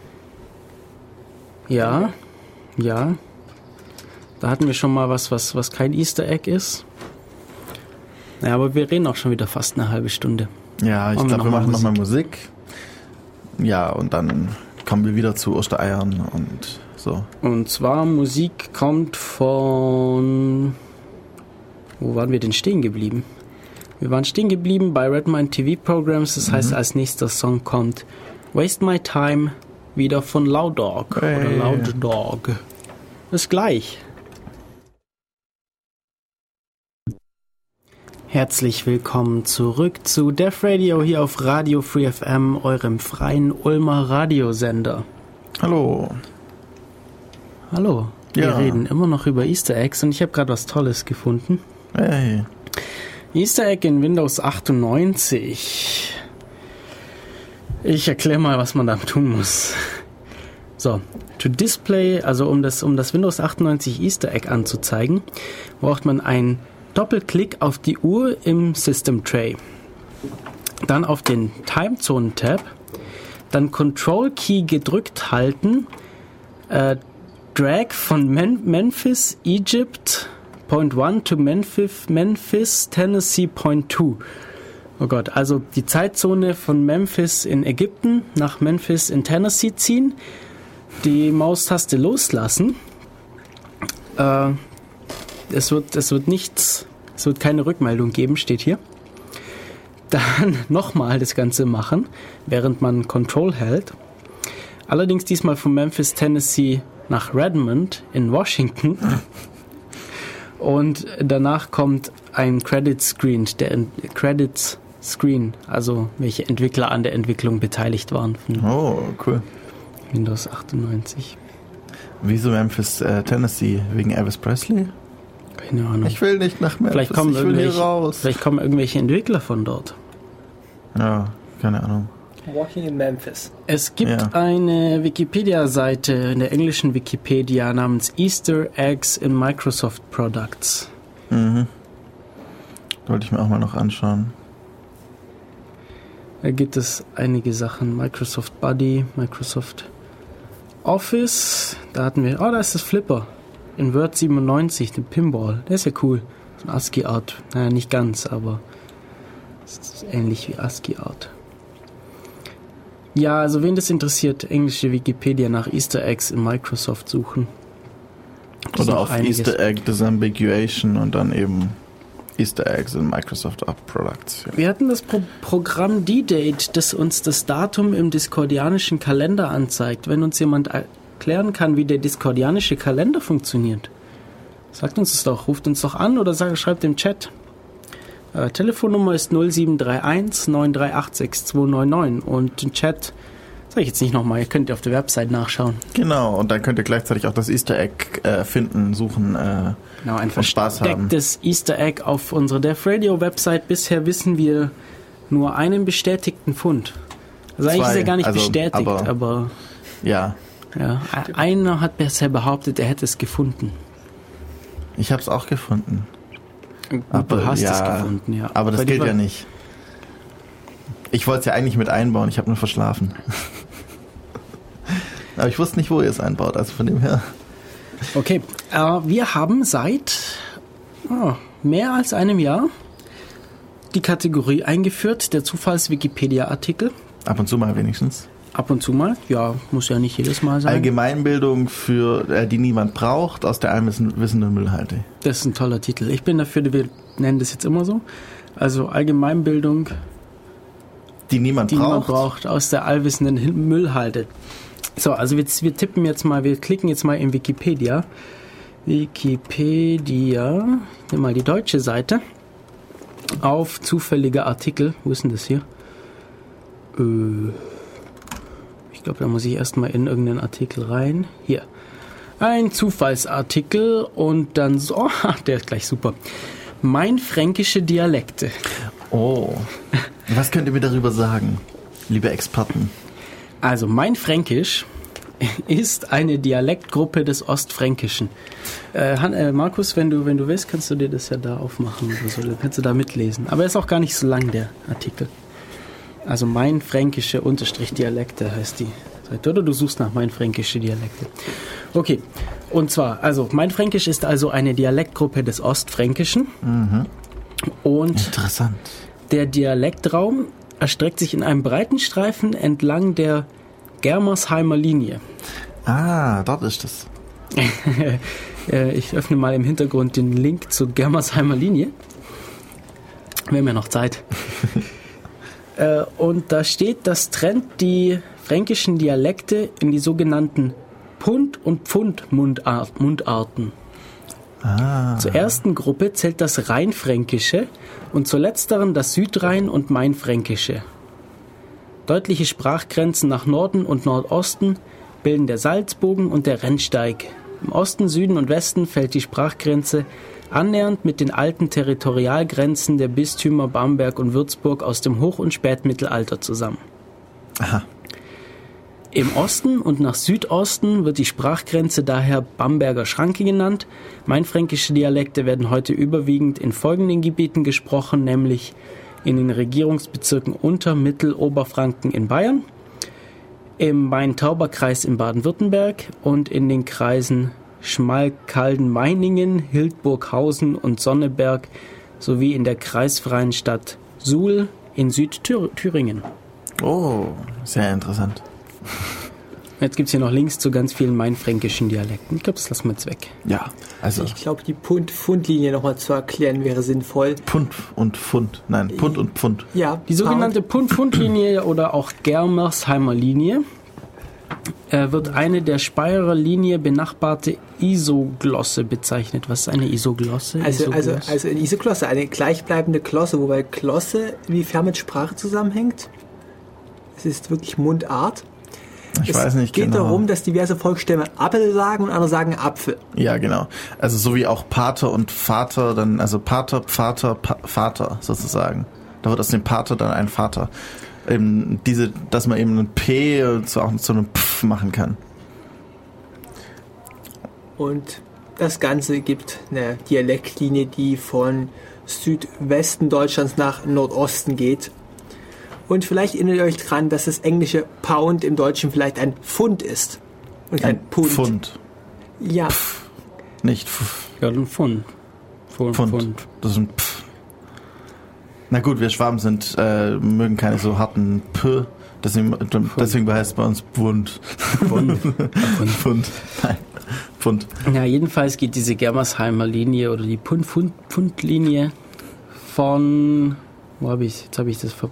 Ja, ja. Da hatten wir schon mal was, was, was kein Easter Egg ist. Naja, aber wir reden auch schon wieder fast eine halbe Stunde. Ja, ich Machen wir glaube, wir noch machen mal nochmal Musik. Ja, und dann kommen wir wieder zu Ostereiern und so. Und zwar Musik kommt von... Wo waren wir denn stehen geblieben? Wir waren stehen geblieben bei Redmine T V Programs. Das mhm. heißt, als nächster Song kommt Waste My Time, wieder von Loud Dog hey. oder Loud Dog. Bis gleich. Herzlich willkommen zurück zu Def Radio hier auf Radio Free F M, eurem freien Ulmer Radiosender. Hallo. Hallo. Wir ja. reden immer noch über Easter Eggs und ich habe gerade was Tolles gefunden. Hey. Easter Egg in Windows achtundneunzig. Ich erkläre mal, was man da tun muss. So, to display, also um das, um das Windows achtundneunzig Easter Egg anzuzeigen, braucht man einen Doppelklick auf die Uhr im System Tray. Dann auf den Timezone-Tab, dann Control-Key gedrückt halten, äh, Drag von Men- Memphis, Egypt, Point one to Memphis, Memphis, Tennessee, Point two. Oh Gott, also die Zeitzone von Memphis in Ägypten nach Memphis in Tennessee ziehen, die Maustaste loslassen. Äh, es wird, es wird nichts, es wird keine Rückmeldung geben, steht hier. Dann nochmal das Ganze machen, während man Control hält. Allerdings diesmal von Memphis, Tennessee nach Redmond in Washington. Und danach kommt ein Credit Screen, der Credits Screen, also welche Entwickler an der Entwicklung beteiligt waren. Von oh, cool. Windows achtundneunzig. Wieso Memphis, äh, Tennessee? Wegen Elvis Presley? Keine Ahnung. Ich will nicht nach Memphis, vielleicht kommen ich will hier irgendwelche, raus. Vielleicht kommen irgendwelche Entwickler von dort. Ja, keine Ahnung. Walking in Memphis. Es gibt Ja. eine Wikipedia-Seite in der englischen Wikipedia namens Easter Eggs in Microsoft Products. Mhm. Wollte ich mir auch mal noch anschauen. Da gibt es einige Sachen. Microsoft Buddy, Microsoft Office. Da hatten wir... Oh, da ist das Flipper. In Word siebenundneunzig, den Pinball. Der ist ja cool. So ein ASCII-Art. Naja, nicht ganz, aber... es ist ähnlich wie ASCII-Art. Ja, also wen das interessiert, englische Wikipedia nach Easter Eggs in Microsoft suchen. Das ist Oder noch auf einiges. Easter Egg Disambiguation und dann eben Easter Eggs in Microsoft Products. Ja. Wir hatten das Pro- Programm D-Date, das uns das Datum im diskordianischen Kalender anzeigt. Wenn uns jemand erklären kann, wie der diskordianische Kalender funktioniert, sagt uns das doch, ruft uns doch an oder sagt, schreibt im Chat. Äh, Telefonnummer ist null sieben drei eins neun drei acht sechs zwei neun neun und den Chat sage ich jetzt nicht nochmal, ihr könnt ihr auf der Website nachschauen. Genau, und dann könnt ihr gleichzeitig auch das Easter Egg äh, finden, suchen äh, Genau, ein und Spaß haben. verstecktes Easter Egg auf unserer Def Radio Website. Bisher wissen wir nur einen bestätigten Fund. Also eigentlich Zwei, ist er gar nicht also, bestätigt, aber- aber Ja, ja, einer hat bisher behauptet, er hätte es gefunden. ich habe es auch gefunden. Gut, Aber, du hast ja, es gefunden, ja. Aber das Bei dir gilt war- ja nicht. Ich wollte es ja eigentlich mit einbauen, ich habe nur verschlafen. Aber ich wusste nicht, wo ihr es einbaut, also von dem her. Okay, äh, wir haben seit oh, mehr als einem Jahr die Kategorie eingeführt, der Zufalls-Wikipedia-Artikel. Ab und zu mal wenigstens. Ab und zu mal, ja, muss ja nicht jedes Mal sein. Allgemeinbildung, für äh, die niemand braucht, aus der allwissenden Müllhalde. Das ist ein toller Titel. Ich bin dafür, wir nennen das jetzt immer so. Also Allgemeinbildung, die niemand die braucht. niemand braucht, aus der allwissenden Müllhalde. So, also wir, wir tippen jetzt mal, wir klicken jetzt mal in Wikipedia. Wikipedia, nimm mal die deutsche Seite. Auf zufällige Artikel. Wo ist denn das hier? Äh, ich glaube, da muss ich erstmal in irgendeinen Artikel rein. Hier. Ein Zufallsartikel und dann so, oh, der ist gleich super. Mainfränkische Dialekte. Oh. Was könnt ihr mir darüber sagen, liebe Experten? Also Mainfränkisch ist eine Dialektgruppe des Ostfränkischen. Äh, Han, äh, Markus, wenn du, wenn du willst, kannst du dir das ja da aufmachen oder so, dann kannst du da mitlesen. Aber ist auch gar nicht so lang, der Artikel. Also Mainfränkische Unterstrich Dialekte heißt die Seite. Oder du suchst nach Mainfränkische Dialekte. Okay, und zwar, also Mainfränkisch ist also eine Dialektgruppe des Ostfränkischen. Mhm. Und interessant. Der Dialektraum erstreckt sich in einem breiten Streifen entlang der Germersheimer Linie. Ah, dort ist es. Ich öffne mal im Hintergrund den Link zur Germersheimer Linie. Wir haben ja noch Zeit. Und da steht, das trennt die fränkischen Dialekte in die sogenannten Pund- und Pfund-Mundarten. Ah. Zur ersten Gruppe zählt das Rheinfränkische und zur letzteren das Südrhein- und Mainfränkische. Deutliche Sprachgrenzen nach Norden und Nordosten bilden der Salzbogen und der Rennsteig. Im Osten, Süden und Westen fällt die Sprachgrenze annähernd mit den alten Territorialgrenzen der Bistümer Bamberg und Würzburg aus dem Hoch- und Spätmittelalter zusammen. Aha. Im Osten und nach Südosten wird die Sprachgrenze daher Bamberger Schranke genannt. Mainfränkische Dialekte werden heute überwiegend in folgenden Gebieten gesprochen, nämlich in den Regierungsbezirken Unter-, Mittel-, Oberfranken in Bayern, im Main-Tauber-Kreis in Baden-Württemberg und in den Kreisen Schmalkalden-Meiningen, Hildburghausen und Sonneberg sowie in der kreisfreien Stadt Suhl in Südthüringen. Oh, sehr interessant. Jetzt gibt es hier noch Links zu ganz vielen mainfränkischen Dialekten. Ich glaube, das lassen wir jetzt weg. Ja, also... Ich glaube, die Pund-Pfund-Linie nochmal zu erklären wäre sinnvoll. Pund und Pfund. Nein, Pund und Pfund. Ja. Die sogenannte Pund-Pfund-Linie oder auch Germersheimer Linie äh, wird eine der Speyerer Linie benachbarte Isoglosse bezeichnet. Was ist eine Isoglosse? Also, Isoglosse? also, also eine Isoglosse, eine gleichbleibende Glosse, wobei Glosse inwiefern mit Sprache zusammenhängt. Es ist wirklich Mundart. Ich es weiß nicht geht genau. darum, dass diverse Volksstämme Appel sagen und andere sagen Apfel. Ja, genau. Also so wie auch Pater und Vater, dann also Pater, Vater, pa- Vater sozusagen. Da wird aus dem Pater dann ein Vater. Eben diese, dass man eben ein P zu, auch zu einem Pf machen kann. Und das Ganze gibt eine Dialektlinie, die von Südwesten Deutschlands nach Nordosten geht. Und vielleicht erinnert ihr euch dran, dass das englische Pound im Deutschen vielleicht ein Pfund ist. Und kein Ein Pfund. Pfund. Ja. Pf. Nicht Pf. Ja, ein Pfund. Pfund. Pfund. Pfund. Das ist ein Pf. Na gut, wir Schwaben sind, äh, mögen keine so harten P. Deswegen, deswegen heißt es bei uns Pfund. Pfund. Pfund. Pfund. Nein. Pfund. Ja, jedenfalls geht diese Germersheimer Linie oder die Pfund-Pfund-Linie von, wo habe ich, jetzt habe ich das ver,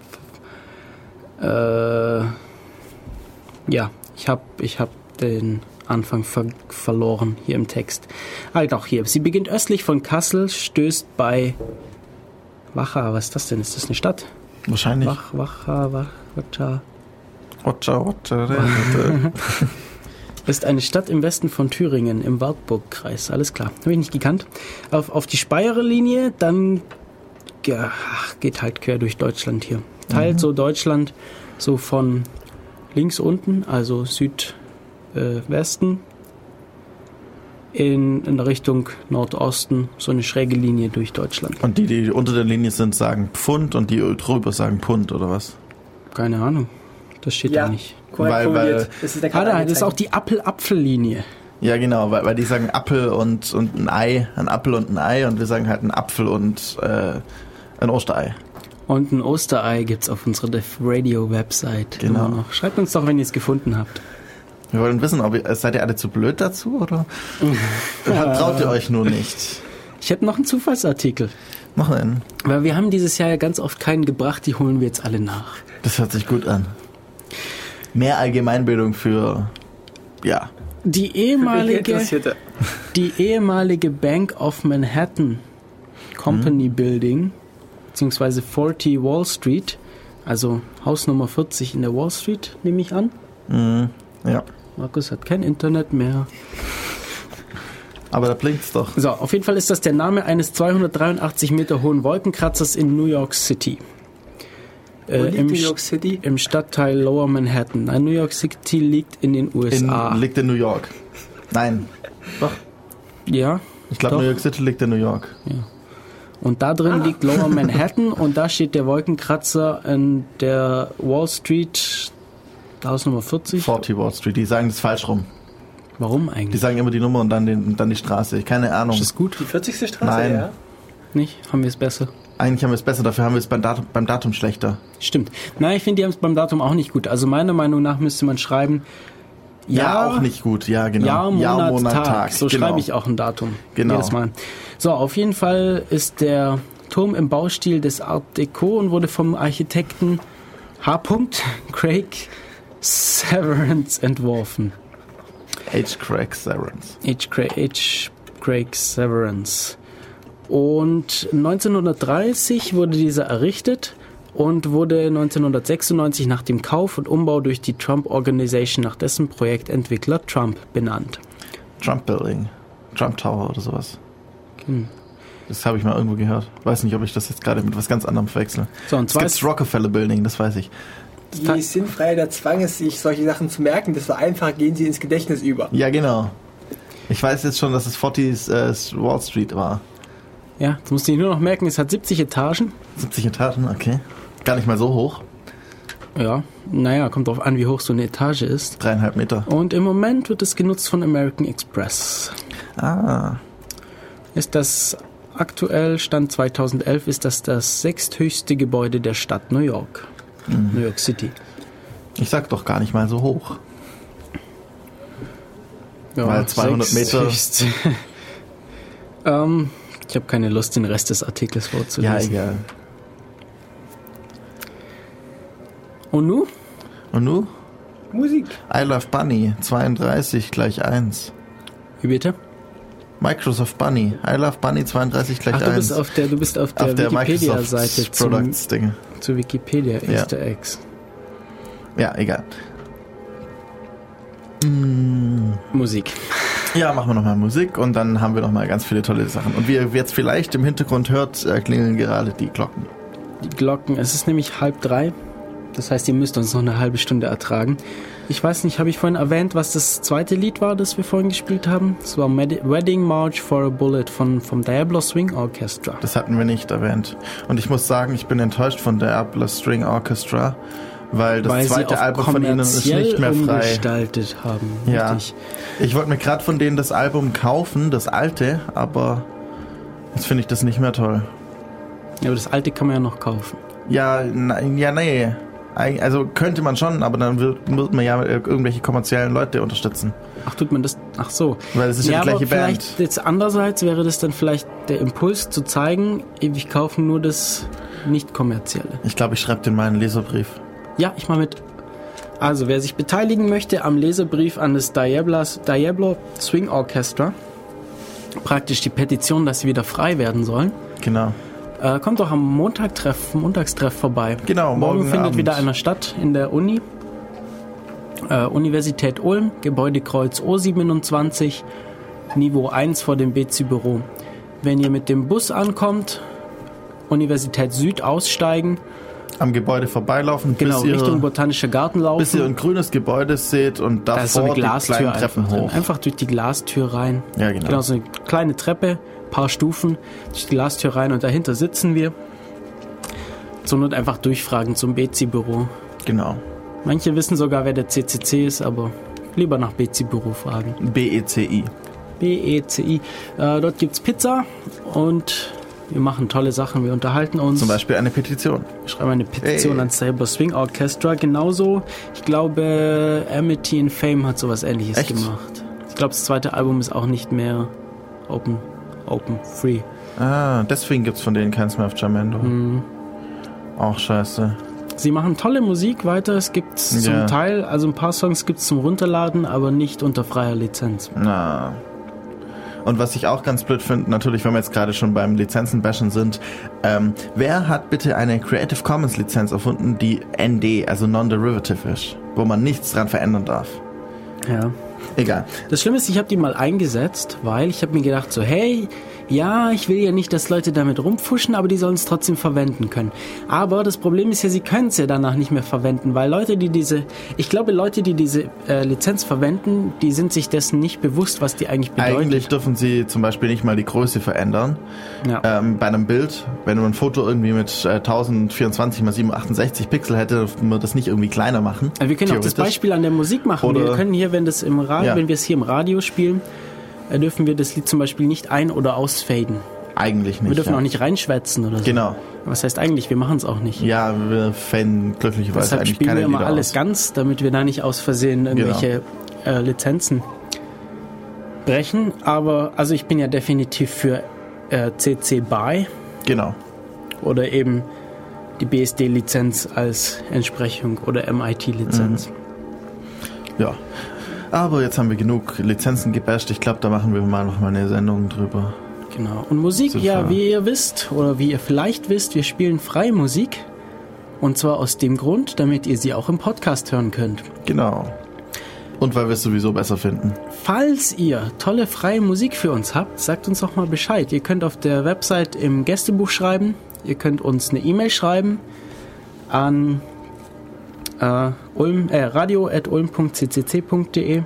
äh, ja, ich habe ich hab den Anfang ver, verloren hier im Text. Halt auch hier. Sie beginnt östlich von Kassel, stößt bei Wacha, was ist das denn? Ist das eine Stadt? Wahrscheinlich. Wach, Wacha, Wach, Wacha. Wacha, Wacha. Ist eine Stadt im Westen von Thüringen, im Wartburgkreis. Alles klar, habe ich nicht gekannt. Auf, auf die Speyerer Linie, dann ja, ach, geht halt quer durch Deutschland hier. Teilt mhm. so Deutschland so von links unten, also Südwesten, äh, in, in Richtung Nordosten, so eine schräge Linie durch Deutschland. Und die, die unter der Linie sind, sagen Pfund und die drüber sagen Pund, oder was? Keine Ahnung, das steht ja. da nicht. Weil, weil das ist, der ah, da, das ist auch die Apfel-Apfel-Linie. Ja, genau, weil, weil die sagen Apfel und, und ein Ei, ein Apfel und ein Ei und wir sagen halt ein Apfel und äh, ein Osterei. Und ein Osterei gibt's auf unserer Def Radio Website. Genau. Immer noch. Schreibt uns doch, wenn ihr es gefunden habt. Wir wollen wissen, ob ihr, seid ihr alle zu blöd dazu oder traut ihr euch nur nicht? Ich hätte noch einen Zufallsartikel. Mach einen. Weil wir haben dieses Jahr ja ganz oft keinen gebracht, die holen wir jetzt alle nach. Das hört sich gut an. Mehr Allgemeinbildung für, ja. Die ehemalige, Interessierte. die ehemalige Bank of Manhattan Company Mhm. Building, beziehungsweise vierzig Wall Street, also Haus Nummer vierzig in der Wall Street, nehme ich an. Mhm. Ja. Markus hat kein Internet mehr. Aber da blinkt's doch. So, auf jeden Fall ist das der Name eines zweihundertdreiundachtzig Meter hohen Wolkenkratzers in New York City. Wo Äh, liegt im, New York City? Im Stadtteil Lower Manhattan. Nein, New York City liegt in den U S A. In, liegt in New York. Nein. Doch. Ja. Ich glaube, Doch. New York City liegt in New York. Und da drin liegt Lower Manhattan und da steht der Wolkenkratzer in der Wall Street, Haus Nummer vierzig. vierzig Wall Street. Die sagen das falsch rum. Warum Die eigentlich? sagen immer die Nummer und dann, den, dann die Straße. Keine Ahnung. Ist das gut? Die vierzigste Straße, Nein. ja? Nicht? Haben wir es besser? Eigentlich haben wir es besser, dafür haben wir es beim Datum, beim Datum schlechter. Stimmt. Nein, ich finde, die haben es beim Datum auch nicht gut. Also meiner Meinung nach müsste man schreiben, Ja, auch nicht gut. Ja, genau. Jahr, Monat, Tag. So genau. schreibe ich auch ein Datum. Genau. Jedes Mal. So, auf jeden Fall ist der Turm im Baustil des Art Deco und wurde vom Architekten H. Craig Severance entworfen. H. Craig Severance. H. Craig, H. Craig Severance. Und neunzehnhundertdreißig wurde dieser errichtet und wurde neunzehnhundertsechsundneunzig nach dem Kauf und Umbau durch die Trump Organization nach dessen Projektentwickler Trump benannt. Trump Building. Trump Tower oder sowas. Hm. Das habe ich mal irgendwo gehört. Weiß nicht, ob ich das jetzt gerade mit was ganz anderem verwechsel. So, und Es zwar gibt ist, Rockefeller Building, das weiß ich. Je sinnfreier der Zwang ist, sich solche Sachen zu merken, desto einfacher gehen sie ins Gedächtnis über. Ja, genau. Ich weiß jetzt schon, dass es vierzig äh, Wall Street war. ja, jetzt musst du dir nur noch merken, es hat siebzig Etagen. siebzig Etagen, okay. Gar nicht mal so hoch. Ja, naja, kommt drauf an, wie hoch so eine Etage ist. Dreieinhalb Meter. Und im Moment wird es genutzt von American Express. Ah, Ist das aktuell, Stand zweitausendelf, ist das das sechsthöchste Gebäude der Stadt New York. Mhm. New York City. ich sag doch gar nicht mal so hoch. Ja, Weil zweihundert Meter- sechsthöchste. ähm, ich habe keine Lust, den Rest des Artikels Ja, vorzulesen. egal. Und nu? Und nu? Musik. I Love Bunny, zweiunddreißig gleich eins. Wie bitte? Microsoft Bunny. I Love Bunny zweiunddreißig gleich Ach, du eins. bist auf der, du bist auf der, Auf der Wikipedia-Seite Microsoft zu, Products Ding. zu Wikipedia Ja. Easter Eggs. Ja, egal. Musik. Ja, machen wir nochmal Musik und dann haben wir nochmal ganz viele tolle Sachen. Und wie ihr jetzt vielleicht im Hintergrund hört, äh, klingeln gerade die Glocken. Die Glocken, es ist nämlich halb drei. Das heißt, ihr müsst uns noch eine halbe Stunde ertragen. Ich weiß nicht, habe ich vorhin erwähnt, was das zweite Lied war, das wir vorhin gespielt haben? Es war Med- Wedding March for a Bullet von, vom Diablo Swing Orchestra. Das hatten wir nicht erwähnt. Und ich muss sagen, ich bin enttäuscht von der Diablo String Orchestra, weil das Weil sie zweite auf Album von ihnen ist nicht mehr frei. umgestaltet haben. Ja. Richtig. Ich wollte mir gerade von denen das Album kaufen, das alte, aber jetzt finde ich das nicht mehr toll. Ja, aber das alte kann man ja noch kaufen. Ja, na, ja, nee. Eig- Also könnte man schon, aber dann wird, wird man ja irgendwelche kommerziellen Leute unterstützen. Ach, tut man das? Ach so. Weil es ist ja, Ja, die aber gleiche Band. vielleicht jetzt andererseits wäre das dann vielleicht der Impuls zu zeigen, ewig kaufen nur das nicht kommerzielle. Ich glaube, ich schreibe den mal einen Leserbrief. Ja, ich mal mit. Also, wer sich beteiligen möchte am Leserbrief an das Diablos, Diablo Swing Orchestra, praktisch die Petition, dass sie wieder frei werden sollen, Genau. äh, kommt doch am Montagtreff, Montagstreff vorbei. Genau, Morgen morgen findet Abend. wieder einer statt in der Uni. Äh, Universität Ulm, Gebäudekreuz O siebenundzwanzig, Niveau eins vor dem B Z-Büro. Wenn ihr mit dem Bus ankommt, Universität Süd aussteigen, Am Gebäude vorbeilaufen, genau, bis, Richtung ihr, Botanischer Garten laufen. bis ihr ein grünes Gebäude seht und Da ist so eine davor die Glastür kleinen Treppen einfach, drin. hoch. Einfach durch die Glastür rein. Ja, genau. Genau, so eine kleine Treppe, paar Stufen, durch die Glastür rein und dahinter sitzen wir. Zur Not einfach durchfragen zum B Z-Büro. Genau. Manche wissen sogar, wer der C C C ist, aber lieber nach B C Büro fragen. B E C I. B E C I. Äh, dort gibt's Pizza und wir machen tolle Sachen. Wir unterhalten uns. Zum Beispiel eine Petition. Wir schreiben eine Petition hey. ans Saber Swing Orchestra. Genauso, ich glaube, Amity in Fame hat sowas Ähnliches Echt? gemacht. Ich glaube, das zweite Album ist auch nicht mehr open, open, free. Ah, deswegen gibt's von denen keins mehr auf Jamendo. Mhm. Auch scheiße. Sie machen tolle Musik weiter. Es gibt zum Ja. Teil, also ein paar Songs gibt's zum Runterladen, aber nicht unter freier Lizenz. Na. Und was ich auch ganz blöd finde, natürlich, wenn wir jetzt gerade schon beim Lizenzen-Bashen sind, ähm, wer hat bitte eine Creative Commons Lizenz erfunden, die N D, also Non-Derivative ist, wo man nichts dran verändern darf? Ja. Egal. Das Schlimme ist, ich habe die mal eingesetzt, weil ich habe mir gedacht so, hey, ja, ich will ja nicht, dass Leute damit rumfuschen, aber die sollen es trotzdem verwenden können. Aber das Problem ist ja, sie können es ja danach nicht mehr verwenden, weil Leute, die diese, ich glaube, Leute, die diese äh, Lizenz verwenden, die sind sich dessen nicht bewusst, was die eigentlich bedeutet. Eigentlich dürfen sie zum Beispiel nicht mal die Größe verändern. Ja. Ähm, bei einem Bild, wenn man ein Foto irgendwie mit äh, tausendvierundzwanzig mal siebenhundertachtundsechzig Pixel hätte, dürfen wir das nicht irgendwie kleiner machen. Wir können auch das Beispiel an der Musik machen. Oder wir können hier, wenn das im Radio, ja. wenn wir es hier im Radio spielen, äh, dürfen wir das Lied zum Beispiel nicht ein- oder ausfaden. Eigentlich nicht. Wir dürfen ja. auch nicht reinschwätzen oder so. Genau. Was heißt eigentlich? Wir machen es auch nicht. Ja, wir faden glücklicherweise Deshalb eigentlich spielen keine wir immer Lieder alles aus. ganz, damit wir da nicht aus Versehen irgendwelche äh, Lizenzen brechen. Aber also ich bin ja definitiv für äh, C C B Y Genau. oder eben die B S D-Lizenz als Entsprechung oder M I T-Lizenz. Mhm. Ja. Aber jetzt haben wir genug Lizenzen gebasht. Ich glaube, da machen wir mal noch mal eine Sendung drüber. Genau. Und Musik, Super. ja, wie ihr wisst oder wie ihr vielleicht wisst, wir spielen freie Musik. Und zwar aus dem Grund, damit ihr sie auch im Podcast hören könnt. Genau. Und weil wir es sowieso besser finden. Falls ihr tolle freie Musik für uns habt, sagt uns doch mal Bescheid. Ihr könnt auf der Website im Gästebuch schreiben. Ihr könnt uns eine E-Mail schreiben an äh, ulm, äh, radio at ulm punkt c c c punkt d e.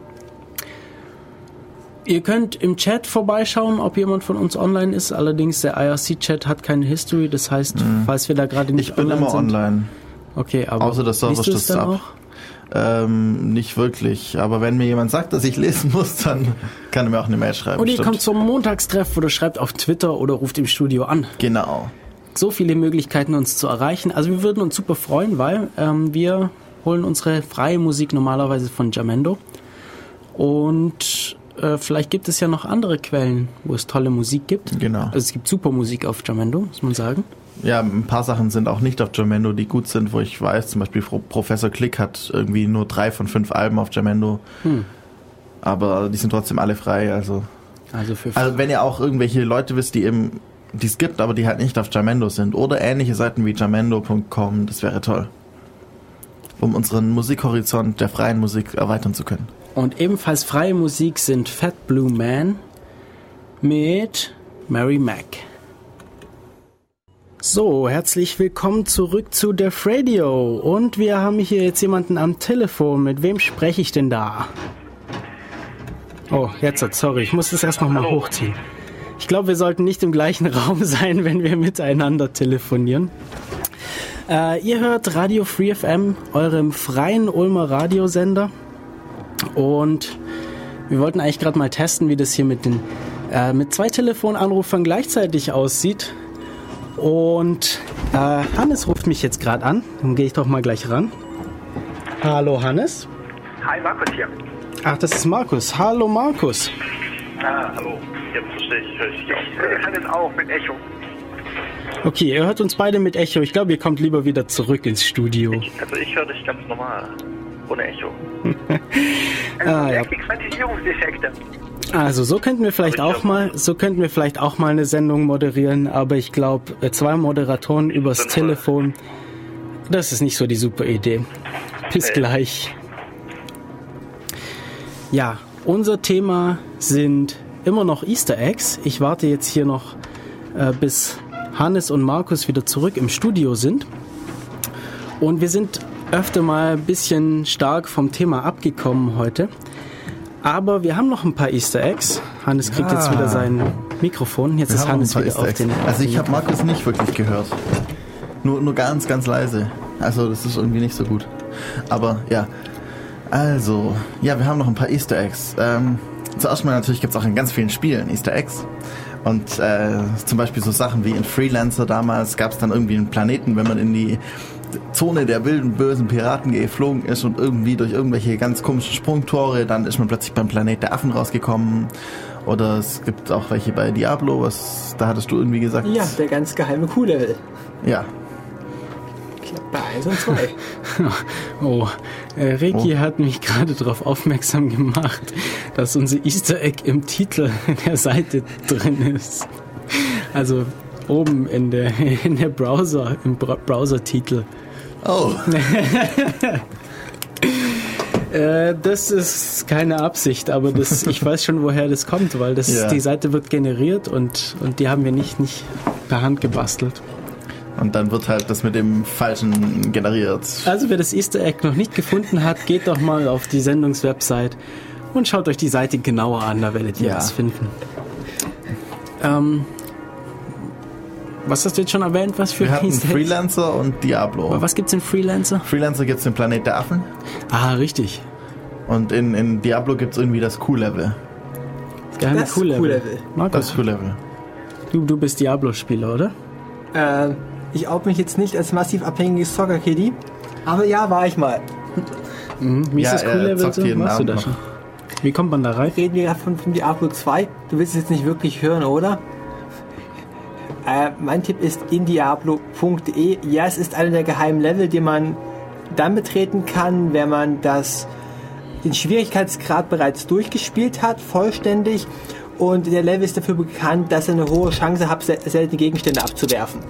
Ihr könnt im Chat vorbeischauen, ob jemand von uns online ist. Allerdings der I R C-Chat hat keine History. Das heißt, mhm. falls wir da gerade nicht ich bin online immer sind, online. Okay, aber außer der Server liest du es stürzt dann ab. auch? Ähm, nicht wirklich. Aber wenn mir jemand sagt, dass ich lesen muss, dann kann er mir auch eine Mail schreiben. Oder ihr stimmt. kommt zum Montagstreff oder schreibt auf Twitter oder ruft im Studio an. Genau. So viele Möglichkeiten, uns zu erreichen. Also wir würden uns super freuen, weil ähm, wir holen unsere freie Musik normalerweise von Jamendo. Und äh, vielleicht gibt es ja noch andere Quellen, wo es tolle Musik gibt. Genau. Also es gibt super Musik auf Jamendo, muss man sagen. Ja, ein paar Sachen sind auch nicht auf Jamendo, die gut sind, wo ich weiß, zum Beispiel Professor Click hat irgendwie nur drei von fünf Alben auf Jamendo. Hm. Aber die sind trotzdem alle frei, also. Also, für also wenn ihr auch irgendwelche Leute wisst, die eben, die es gibt, aber die halt nicht auf Jamendo sind oder ähnliche Seiten wie jamendo punkt com, das wäre toll. Um unseren Musikhorizont der freien Musik erweitern zu können. Und ebenfalls freie Musik sind Fat Blue Man mit Mary Mac. So, herzlich willkommen zurück zu Def Radio. Und wir haben hier jetzt jemanden am Telefon. Mit wem spreche ich denn da? Oh, jetzt, sorry, ich muss das erst noch mal hochziehen. Ich glaube, wir sollten nicht im gleichen Raum sein, wenn wir miteinander telefonieren. Äh, ihr hört Radio Free F M, eurem freien Ulmer Radiosender. Und wir wollten eigentlich gerade mal testen, wie das hier mit den äh, mit zwei Telefonanrufern gleichzeitig aussieht. Und äh, Hannes ruft mich jetzt gerade an. Dann gehe ich doch mal gleich ran. Hallo Hannes. Hi, Markus hier. Ach, das ist Markus. Hallo Markus. Ah, hallo. Jetzt verstehe ich, höre ich dich auch. Ich kann jetzt auch mit Echo. Okay, ihr hört uns beide mit Echo. Ich glaube, ihr kommt lieber wieder zurück ins Studio. Ich, also ich höre dich ganz normal. Ohne Echo. Also ah, ja. Quantisierungsdefekte. Also so könnten wir vielleicht auch mal, so könnten wir vielleicht auch mal eine Sendung moderieren, aber ich glaube, zwei Moderatoren übers Telefon, das ist nicht so die super Idee. Bis gleich. Ja, unser Thema sind immer noch Easter Eggs. Ich warte jetzt hier noch, äh, bis Hannes und Markus wieder zurück im Studio sind. Und wir sind öfter mal ein bisschen stark vom Thema abgekommen heute. Aber wir haben noch ein paar Easter Eggs. Hannes kriegt ja. jetzt wieder sein Mikrofon. Jetzt wir ist Hannes wieder auf den, auf Also ich den habe Markus nicht wirklich gehört. Nur, nur ganz, ganz leise. Also das ist irgendwie nicht so gut. Aber ja. Also, ja, wir haben noch ein paar Easter Eggs. Ähm, zuerst mal natürlich gibt es auch in ganz vielen Spielen Easter Eggs. Und äh, zum Beispiel so Sachen wie in Freelancer damals gab es dann irgendwie einen Planeten, wenn man in die Zone der wilden, bösen Piraten geflogen ist und irgendwie durch irgendwelche ganz komischen Sprungtore, dann ist man plötzlich beim Planet der Affen rausgekommen. Oder es gibt auch welche bei Diablo, was da hattest du irgendwie gesagt. Ja, der ganz geheime Q-Level. Ja. Bei eins und zwei. Oh, äh, Reiki Oh. hat mich gerade darauf aufmerksam gemacht, dass unser Easter Egg im Titel der Seite drin ist. Also oben in der in der Browser, im Bra- Browser-Titel. Oh. Äh, das ist keine Absicht, aber das, ich weiß schon, woher das kommt, weil das, Ja. die Seite wird generiert und, und die haben wir nicht, nicht per Hand gebastelt. Und dann wird halt das mit dem Falschen generiert. Also wer das Easter Egg noch nicht gefunden hat, geht doch mal auf die Sendungswebsite und schaut euch die Seite genauer an, da werdet ihr Ja. was finden. Ähm, was hast du jetzt schon erwähnt, was für Wir hatten Easter Eggs? Freelancer und Diablo. Was gibt's in Freelancer? Freelancer gibt es den Planet der Affen Ah, richtig. und in, in Diablo gibt es irgendwie das Q-Level. Das geheime Das Q-Level. Q-Level. Das Markus, Q-Level. du, du bist Diablo-Spieler, oder? Äh, ich oute mich jetzt nicht als massiv abhängiges Zocker-Kiddy, aber ja, war ich mal. Mhm. Wie Ja, ist das er Q-Level zockt so? jeden Warst du Abend da noch. schon? Wie kommt man da rein? Reden wir gerade von, von Diablo zwei. Du willst es jetzt nicht wirklich hören, oder? Äh, mein Tipp ist indiablo punkt de. Ja, es ist einer der geheimen Level, die man dann betreten kann, wenn man das, den Schwierigkeitsgrad bereits durchgespielt hat, vollständig. Und der Level ist dafür bekannt, dass er eine hohe Chance hat, sel- seltene Gegenstände abzuwerfen.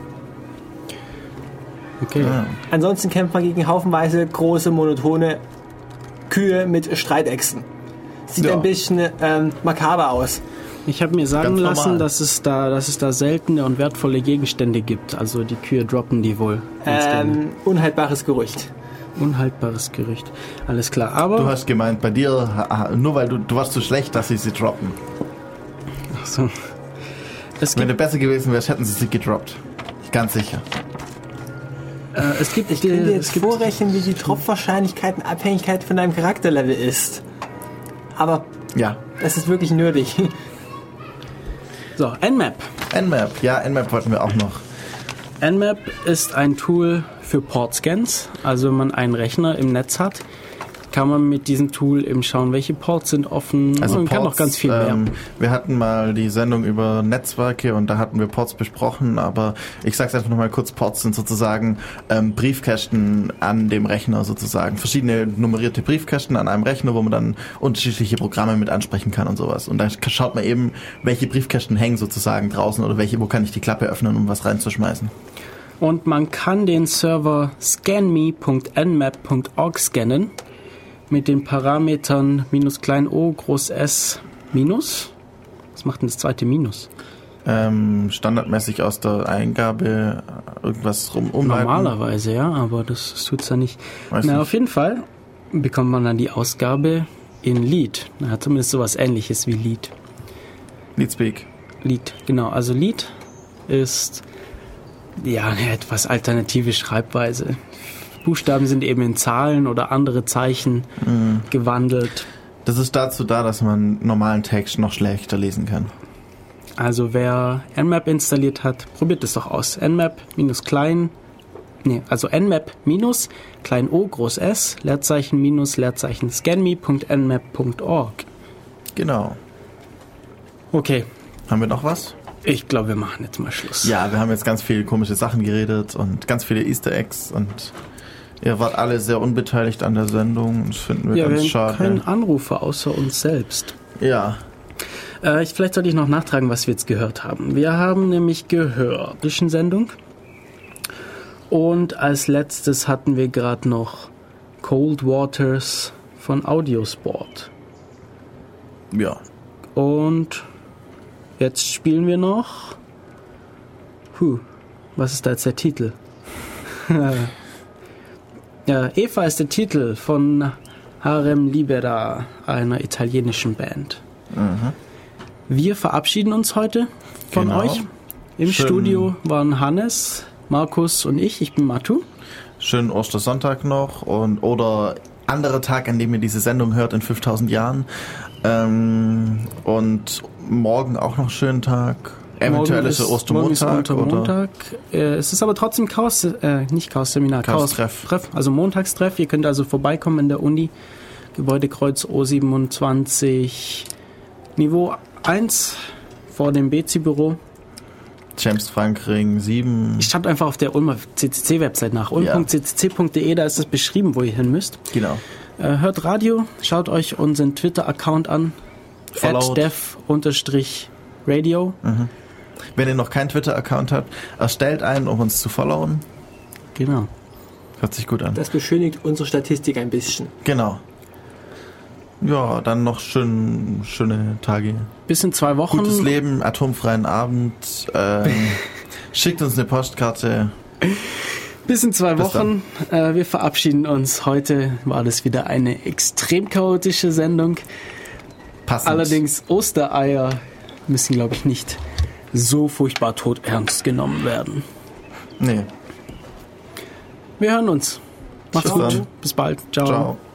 Okay. Ah. Ansonsten kämpft man gegen haufenweise große, monotone Kühe mit Streitechsen. Sieht Ja. ein bisschen ähm, makaber aus. Ich habe mir sagen Ganz lassen, normal. dass es da, dass es da seltene und wertvolle Gegenstände gibt. Also die Kühe droppen die wohl. Ganz gerne. Ähm, unhaltbares Gerücht. Unhaltbares Gerücht. Alles klar. Aber Du hast gemeint, bei dir, ha- nur weil du, du warst so schlecht, dass sie sie droppen. so. es Wenn gibt, du besser gewesen wärst, hätten sie sie gedroppt. Ganz sicher. äh, es gibt, Ich kann dir es jetzt gibt vorrechnen, wie die Tropfwahrscheinlichkeit in Abhängigkeit von deinem Charakterlevel ist. Aber Ja. das ist wirklich nötig. so Nmap. Nmap. Ja, Nmap wollten wir auch noch. Nmap ist ein Tool für Portscans. Also wenn man einen Rechner im Netz hat, kann man mit diesem Tool eben schauen, welche Ports sind offen. Also man kann Ports, noch ganz viel mehr. ähm, wir hatten mal die Sendung über Netzwerke und da hatten wir Ports besprochen, aber ich sag's einfach nochmal kurz, Ports sind sozusagen ähm, Briefkästen an dem Rechner sozusagen. Verschiedene nummerierte Briefkästen an einem Rechner, wo man dann unterschiedliche Programme mit ansprechen kann und sowas. Und dann schaut man eben, welche Briefkästen hängen sozusagen draußen oder welche, wo kann ich die Klappe öffnen, um was reinzuschmeißen. Und man kann den Server scanme punkt nmap punkt org scannen mit den Parametern minus klein o, groß S, minus. Was macht denn das zweite Minus? Ähm, standardmäßig aus der Eingabe irgendwas rum umleiten. Normalerweise, ja, aber das, das tut's ja nicht. Weiß Na, nicht. auf jeden Fall bekommt man dann die Ausgabe in Lead. Na, zumindest sowas ähnliches wie Lead. Leadspeak. Lead, genau. Also Lead ist ja eine etwas alternative Schreibweise. Buchstaben sind eben in Zahlen oder andere Zeichen Mhm. gewandelt. Das ist dazu da, dass man normalen Text noch schlechter lesen kann. Also wer Nmap installiert hat, probiert es doch aus. Nmap minus klein, nee, also Nmap minus klein o, groß S, Leerzeichen minus Leerzeichen scanme punkt nmap punkt org. Genau. Okay, Haben wir noch was? ich glaube, wir machen jetzt mal Schluss. Ja, wir haben jetzt ganz viele komische Sachen geredet und ganz viele Easter Eggs und ihr wart alle sehr unbeteiligt an der Sendung. Das finden wir Ja, ganz wir haben keinen schade. Anrufer außer uns selbst. Ja, Äh, ich, vielleicht sollte ich noch nachtragen, was wir jetzt gehört haben. Wir haben nämlich gehört, Sendung. Und als letztes hatten wir gerade noch Cold Waters von Audiosport. ja. Und jetzt spielen wir noch. Puh, was ist da jetzt der Titel? Ja, Eva ist der Titel von Harem Libera, einer italienischen Band. Mhm. Wir verabschieden uns heute von Genau. euch. Im Schön. Studio waren Hannes, Markus und ich. Ich bin Matu. Schönen Ostersonntag noch und oder anderer Tag, an dem ihr diese Sendung hört in fünftausend Jahren. Ähm, und morgen auch noch schönen Tag. Eventuell ist es Ostermontag. Montag. Äh, es ist aber trotzdem Chaos, äh, nicht Chaos-Seminar, Chaos-Treff. Chaos-Treff, also Montagstreff. Ihr könnt also vorbeikommen in der Uni. Gebäudekreuz O siebenundzwanzig, Niveau eins vor dem B C-Büro. James Frank Ring sieben. Ich schaut einfach auf der Ulmer C C C-Website nach. ulm punkt c c c punkt d e, da ist es beschrieben, wo ihr hin müsst. Genau. Äh, hört Radio, schaut euch unseren Twitter-Account an. at dev-radio. Mhm. Wenn ihr noch keinen Twitter-Account habt, erstellt einen, um uns zu followen. Genau. Hört sich gut an. Das beschönigt unsere Statistik ein bisschen. Genau. Ja, dann noch schön, schöne Tage. Bis in zwei Wochen. Gutes Leben, atomfreien Abend. Ähm, schickt uns eine Postkarte. Bis in zwei Bis Wochen. Äh, wir verabschieden uns. Heute war das wieder eine extrem chaotische Sendung. Passend. Allerdings Ostereier müssen, glaube ich, nicht so furchtbar tot ernst genommen werden. Nee. Wir hören uns. Macht's Bis gut. dann. Bis bald. Ciao. Ciao.